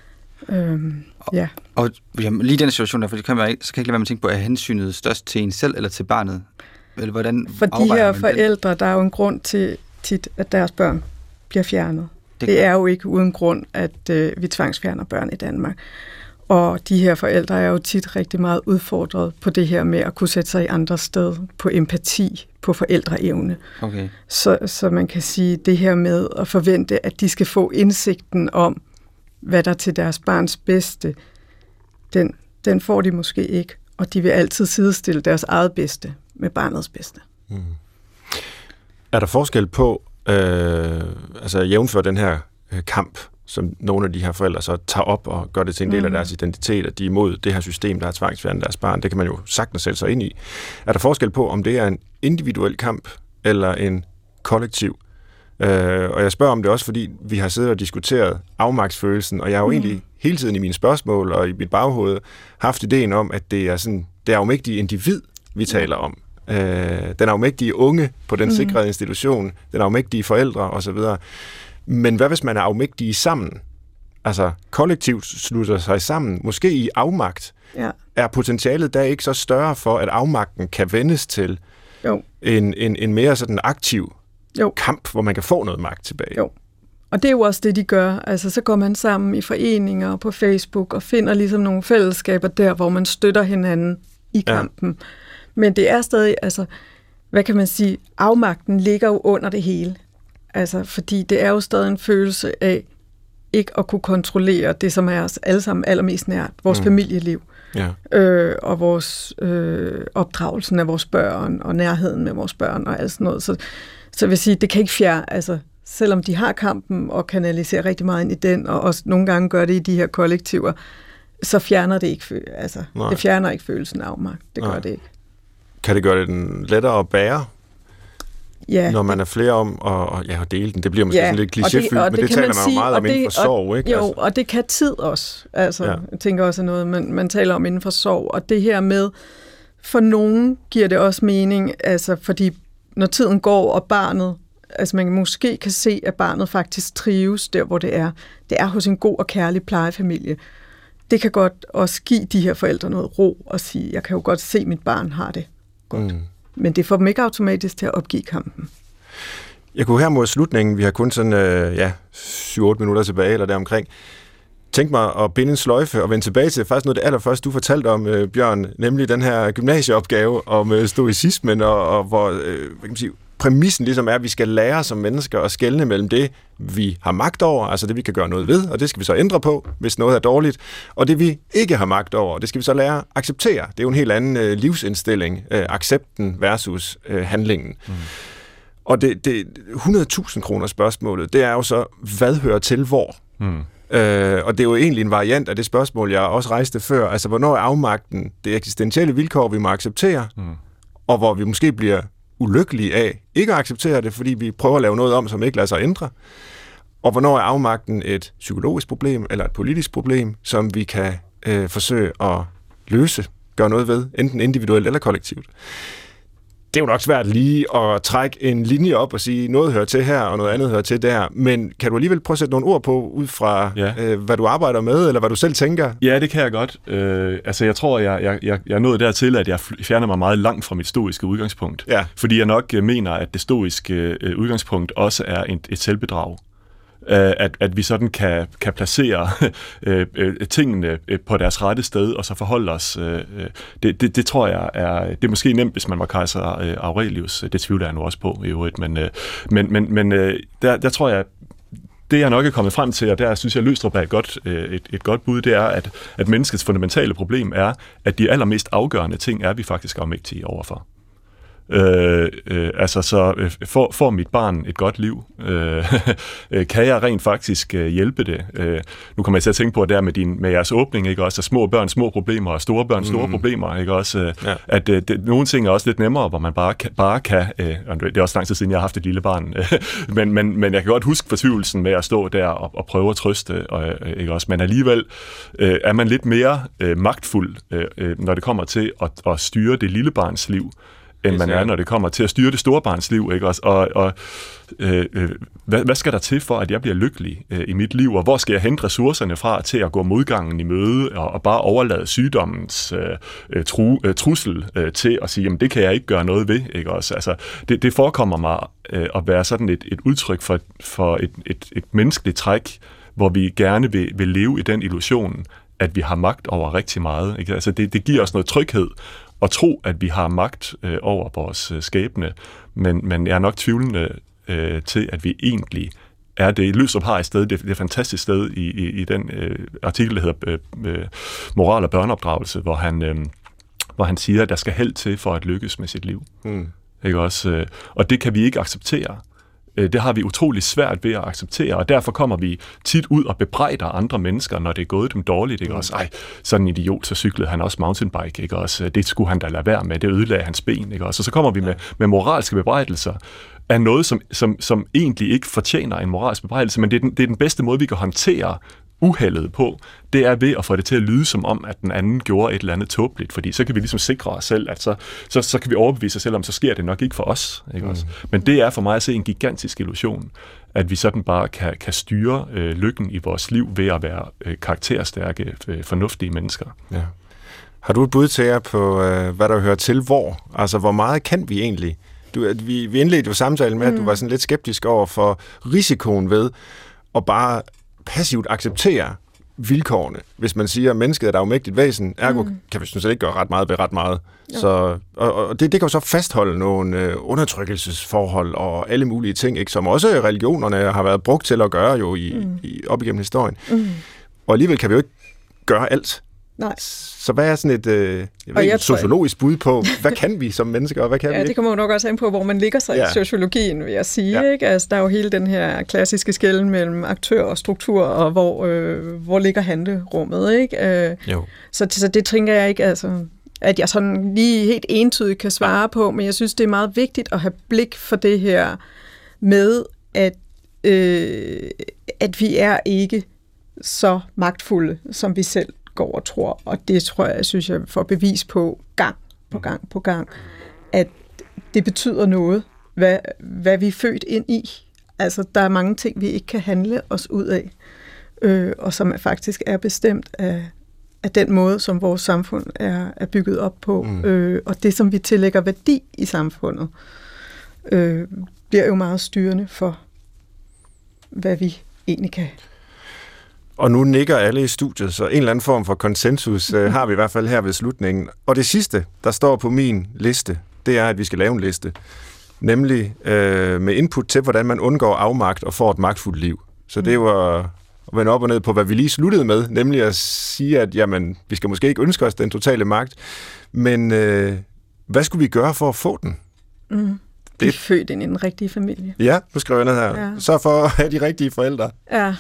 Øhm, ja. Og, og jamen, lige i den situation der, for det kan man, så kan jeg ikke lade være med at tænke på, er hensynet størst til en selv eller til barnet? Eller hvordan for de her forældre, der er jo en grund til tit, at deres børn bliver fjernet. Det, det er jo ikke uden grund, at øh, vi tvangsfjerner børn i Danmark. Og de her forældre er jo tit rigtig meget udfordret på det her med at kunne sætte sig i andre sted, på empati, på forældreevne. Okay. Så, så man kan sige, det her med at forvente, at de skal få indsigten om, hvad der er til deres barns bedste, den, den får de måske ikke, og de vil altid sidestille deres eget bedste med barnets bedste. Mm. Er der forskel på, øh, altså jævnfør den her øh, kamp, som nogle af de her forældre så tager op og gør det til en del af deres identitet, at de er imod det her system, der har tvangsfjernet deres barn, det kan man jo sagtens sætte sig ind i. Er der forskel på, om det er en individuel kamp eller en kollektiv? Øh, og jeg spørger om det også, fordi vi har siddet og diskuteret afmagtsfølelsen, og jeg har jo mm. egentlig hele tiden i mine spørgsmål og i mit baghoved haft ideen om, at det er sådan, det er afmægtige individ, vi taler om. Øh, den afmægtige unge på den mm. sikrede institution, den afmægtige forældre osv. Men hvad hvis man er afmægtige sammen? Altså kollektivt slutter sig sammen, måske i afmagt. Ja. Er potentialet da ikke så større for, at afmagten kan vendes til jo. En, en, en mere sådan aktiv jo. Kamp, hvor man kan få noget magt tilbage? Jo. Og det er jo også det, de gør. Altså, så går man sammen i foreninger på Facebook og finder ligesom nogle fællesskaber der, hvor man støtter hinanden i kampen. Ja. Men det er stadig, altså, hvad kan man sige, afmagten ligger jo under det hele. Altså, fordi det er jo stadig en følelse af ikke at kunne kontrollere det, som er os alle sammen allermest nært, vores mm. familieliv. Ja. Øh, og vores øh, opdragelsen af vores børn, og nærheden med vores børn, og alt sådan noget. Så, så jeg vil sige, det kan ikke fjerne, altså, selvom de har kampen og kanaliserer rigtig meget ind i den, og også nogle gange gør det i de her kollektiver, så fjerner det ikke, altså, det fjerner ikke følelsen af afmagt. Det gør Nej. det ikke. Kan det gøre det den lettere at bære? Ja, når man det, er flere om at, ja, at dele den. Det bliver måske ja, sådan lidt klichéfyldt, men det, det taler man, man jo meget om det, inden for sorg, ikke? Jo, altså. og det kan tid også. Altså, ja. Jeg tænker også noget, man, man taler om inden for sorg. Og det her med, for nogen giver det også mening, altså fordi når tiden går, og barnet, altså man måske kan se, at barnet faktisk trives der, hvor det er. Det er hos en god og kærlig plejefamilie. Det kan godt også give de her forældre noget ro og sige, jeg kan jo godt se, at mit barn har det godt. Mm. Men det får dem ikke automatisk til at opgive kampen. Jeg kunne her mod slutningen, vi har kun sådan øh, ja, syv otte minutter tilbage, eller deromkring, tænk mig at binde en sløjfe og vende tilbage til faktisk noget af det allerførste, du fortalte om, øh, Bjørn, nemlig den her gymnasieopgave om øh, stoicismen, og, og hvor øh, hvad kan man sige, præmissen ligesom er, at vi skal lære som mennesker at skelne mellem det, vi har magt over, altså det, vi kan gøre noget ved, og det skal vi så ændre på, hvis noget er dårligt, og det, vi ikke har magt over, det skal vi så lære at acceptere. Det er jo en helt anden øh, livsindstilling, øh, accepten versus øh, handlingen. Mm. Og det, det hundrede tusind kroner spørgsmålet, det er jo så, hvad hører til hvor? Mm. Øh, og det er jo egentlig en variant af det spørgsmål, jeg også rejste før, altså hvornår er afmagten det eksistentielle vilkår, vi må acceptere, mm. og hvor vi måske bliver ulykkelige af ikke at acceptere det, fordi vi prøver at lave noget om, som ikke lader sig ændre. Og hvornår er afmagten et psykologisk problem eller et politisk problem, som vi kan øh, forsøge at løse, gøre noget ved, enten individuelt eller kollektivt. Det er jo nok svært lige at trække en linje op og sige, noget hører til her, og noget andet hører til der. Men kan du alligevel prøve at sætte nogle ord på, ud fra ja. øh, hvad du arbejder med, eller hvad du selv tænker? Ja, det kan jeg godt. Øh, altså, jeg tror, jeg, jeg, jeg, jeg er nået dertil, at jeg fjerner mig meget langt fra mit stoiske udgangspunkt. Ja. Fordi jeg nok mener, at det stoiske øh, udgangspunkt også er et, et selvbedrag. At, at vi sådan kan, kan placere øh, øh, tingene på deres rette sted, og så forholde os. Øh, det, det, det tror jeg er, det er måske nemt, hvis man var kejser Aurelius. Det tvivler jeg nu også på i øvrigt, men, øh, men, men, men øh, der, der tror jeg, det jeg nok er kommet frem til, og der synes jeg, Løgstrup er et godt, et, et godt bud, det er, at, at menneskets fundamentale problem er, at de allermest afgørende ting er, vi faktisk afmægtige overfor. Øh, øh, altså så øh, får, får mit barn et godt liv? Øh, kan jeg rent faktisk øh, hjælpe det? Øh, nu kommer jeg til at tænke på det der med, din, med jeres åbning, ikke også? At små børn små problemer, og store børn store mm. problemer, ikke også? Øh, ja. At øh, det, nogle ting er også lidt nemmere, hvor man bare kan, bare kan øh, det er også lang tid siden, jeg har haft et lille barn, men, men, men jeg kan godt huske fortvivlelsen med at stå der og, og prøve at trøste, og, øh, ikke også? Men alligevel øh, er man lidt mere øh, magtfuld, øh, når det kommer til at, at styre det lille barns liv, end man er, når det kommer til at styre det store barns liv, ikke også? Og, og øh, øh, hvad, hvad skal der til for, at jeg bliver lykkelig øh, i mit liv, og hvor skal jeg hente ressourcerne fra til at gå modgangen i møde, og, og bare overlade sygdommens øh, tru, øh, trussel øh, til at sige, jamen det kan jeg ikke gøre noget ved, ikke også? Altså, det, det forekommer mig øh, at være sådan et, et udtryk for, for et, et, et menneskeligt træk, hvor vi gerne vil, vil leve i den illusion, at vi har magt over rigtig meget, ikke? Altså, det, det giver os noget tryghed, og tro, at vi har magt øh, over vores øh, skæbne, men, men jeg er nok tvivlende øh, til, at vi egentlig er det. Løgstrup har et sted, det, det er et fantastisk sted i, i, i den øh, artikel, der hedder øh, Moral og børneopdragelse, hvor han, øh, hvor han siger, at der skal held til for at lykkes med sit liv. Mm. Ikke også? Og det kan vi ikke acceptere. Det har vi utrolig svært ved at acceptere, og derfor kommer vi tit ud og bebrejder andre mennesker, når det er gået dem dårligt, ikke også? Ej, sådan en idiot, så cyklede han også mountainbike, ikke også? Det skulle han da lade være med, det ødelagde hans ben, ikke også? Og så kommer vi med, med moralske bebrejdelser af noget, som, som, som egentlig ikke fortjener en moralsk bebrejdelse, men det er, den, det er den bedste måde, vi kan håndtere uheldet på, det er ved at få det til at lyde som om, at den anden gjorde et eller andet tåbeligt, fordi så kan vi ligesom sikre os selv, at så, så, så kan vi overbevise os selv om, så sker det nok ikke for os. Ikke mm. også? Men det er for mig at se en gigantisk illusion, at vi sådan bare kan, kan styre øh, lykken i vores liv ved at være øh, karakterstærke, øh, fornuftige mennesker. Ja. Har du et bud til jer på, øh, hvad der hører til hvor? Altså, hvor meget kan vi egentlig? Du, at vi, vi indledte jo samtalen med, mm. at du var sådan lidt skeptisk over for risikoen ved at bare passivt acceptere vilkårene, hvis man siger, at mennesket er et afmægtigt væsen, ergo mm. kan vi sådan set ikke gøre ret meget ved ret meget. Så, og, og det, det kan jo så fastholde nogle øh, undertrykkelsesforhold og alle mulige ting, ikke, som også religionerne har været brugt til at gøre jo i, mm. i, op igennem historien. Mm. Og alligevel kan vi jo ikke gøre alt. Nej. Så hvad er sådan et, øh, jeg ved, jeg et sociologisk bud på, hvad kan vi som mennesker, og hvad kan ja, vi ikke? det kommer jo nok også an på, hvor man ligger sig ja. i sociologien, vil jeg sige. Ja. Ikke? Altså, der er jo hele den her klassiske skelnen mellem aktør og struktur, og hvor, øh, hvor ligger handlerummet. Ikke? Øh, jo. Så, så det tænker jeg ikke, altså, at jeg sådan lige helt entydigt kan svare på, men jeg synes, det er meget vigtigt at have blik for det her med, at, øh, at vi er ikke så magtfulde, som vi selv går og tror, og det tror jeg, synes jeg får bevis på gang på gang på gang, at det betyder noget, hvad, hvad vi er født ind i. Altså, der er mange ting, vi ikke kan handle os ud af, øh, og som faktisk er bestemt af, af den måde, som vores samfund er, er bygget op på, mm. øh, og det, som vi tillægger værdi i samfundet, øh, bliver jo meget styrende for, hvad vi egentlig kan. Og nu nikker alle i studiet, så en eller anden form for konsensus øh, har vi i hvert fald her ved slutningen. Og det sidste, der står på min liste, det er, at vi skal lave en liste. Nemlig øh, med input til, hvordan man undgår afmagt og får et magtfuldt liv. Så det var at vende op og ned på, hvad vi lige sluttede med, nemlig at sige, at jamen, vi skal måske ikke ønske os den totale magt, men øh, hvad skulle vi gøre for at få den? Mm. Det er født ind i den rigtige familie. Ja, nu skriver jeg ned her. Ja. Så for at have de rigtige forældre. Ja.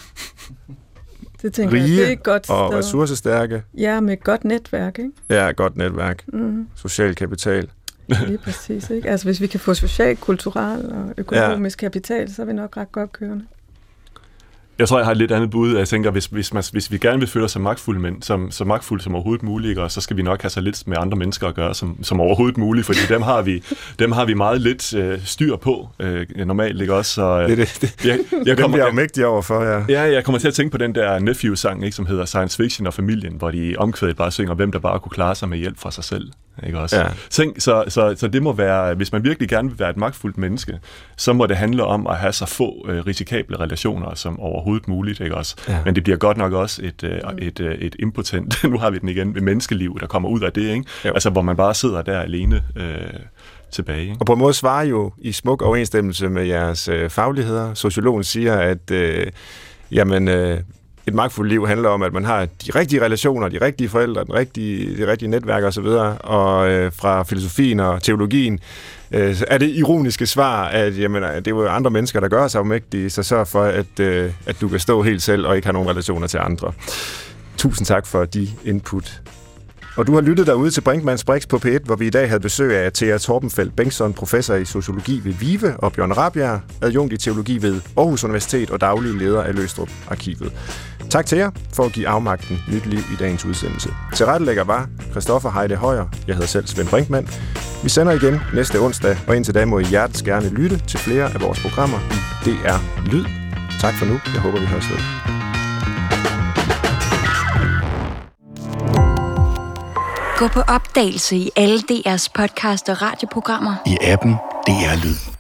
Det tænker Rige jeg, det er et godt og sted. ressourcestærke. Ja, med et godt netværk, ikke? Ja, godt netværk. Mm. Social kapital. Lige præcis, ikke? Altså, hvis vi kan få social, kulturel og økonomisk ja. kapital, så er vi nok ret godt kørende. Jeg tror, jeg har et lidt andet bud. Jeg tænker, hvis, hvis, man, hvis vi gerne vil føle os som magtfulde mænd, som, så magtfulde som overhovedet muligt, og så skal vi nok have så lidt med andre mennesker at gøre, som, som overhovedet muligt, fordi dem har vi, dem har vi meget lidt øh, styr på øh, normalt, ikke også? Så, øh, det er det. det. Jeg, jeg kommer, den bliver mægtig overfor, ja. Ja, jeg kommer til at tænke på den der Nephew-sang, ikke, som hedder Science Fiction og Familien, hvor de omkvædet bare synger, hvem der bare kunne klare sig med hjælp fra sig selv. Ikke også? Ja. Tænk, så, så, så det må være, hvis man virkelig gerne vil være et magtfuldt menneske, så må det handle om at have så få øh, risikable relationer som overhovedet muligt, ikke også? Ja. Men det bliver godt nok også et, øh, et, øh, et impotent, nu har vi den igen, et menneskeliv, der kommer ud af det, ikke? Altså, hvor man bare sidder der alene øh, tilbage. Ikke? Og på en måde svarer jo i smuk overensstemmelse med jeres øh, fagligheder. Sociologen siger, at øh, jamen, øh, et magtfuldt liv handler om, at man har de rigtige relationer, de rigtige forældre, den rigtige, de rigtige netværk osv., og øh, fra filosofien og teologien øh, er det ironiske svar, at jamen, det er jo andre mennesker, der gør sig afmægtige, så sørg for, at, øh, at du kan stå helt selv og ikke have nogen relationer til andre. Tusind tak for de input. Og du har lyttet derude til Brinkmanns Brix på P et, hvor vi i dag havde besøg af Thea Torbenfeldt Bengtsson, professor i sociologi ved VIVE, og Bjørn Rabjerg, adjunkt i teologi ved Aarhus Universitet og daglig leder af Løgstrup Arkivet. Tak til jer for at give afmagten nyt liv i dagens udsendelse. Tilrettelægger var Christoffer Heide Højer. Jeg hedder selv Svend Brinkmann. Vi sender igen næste onsdag, og indtil da må I hjertens gerne lytte til flere af vores programmer i D R Lyd. Tak for nu. Jeg håber, vi høres ved. Gå på opdagelse i alle D R's podcast og radioprogrammer. I appen D R Lyd.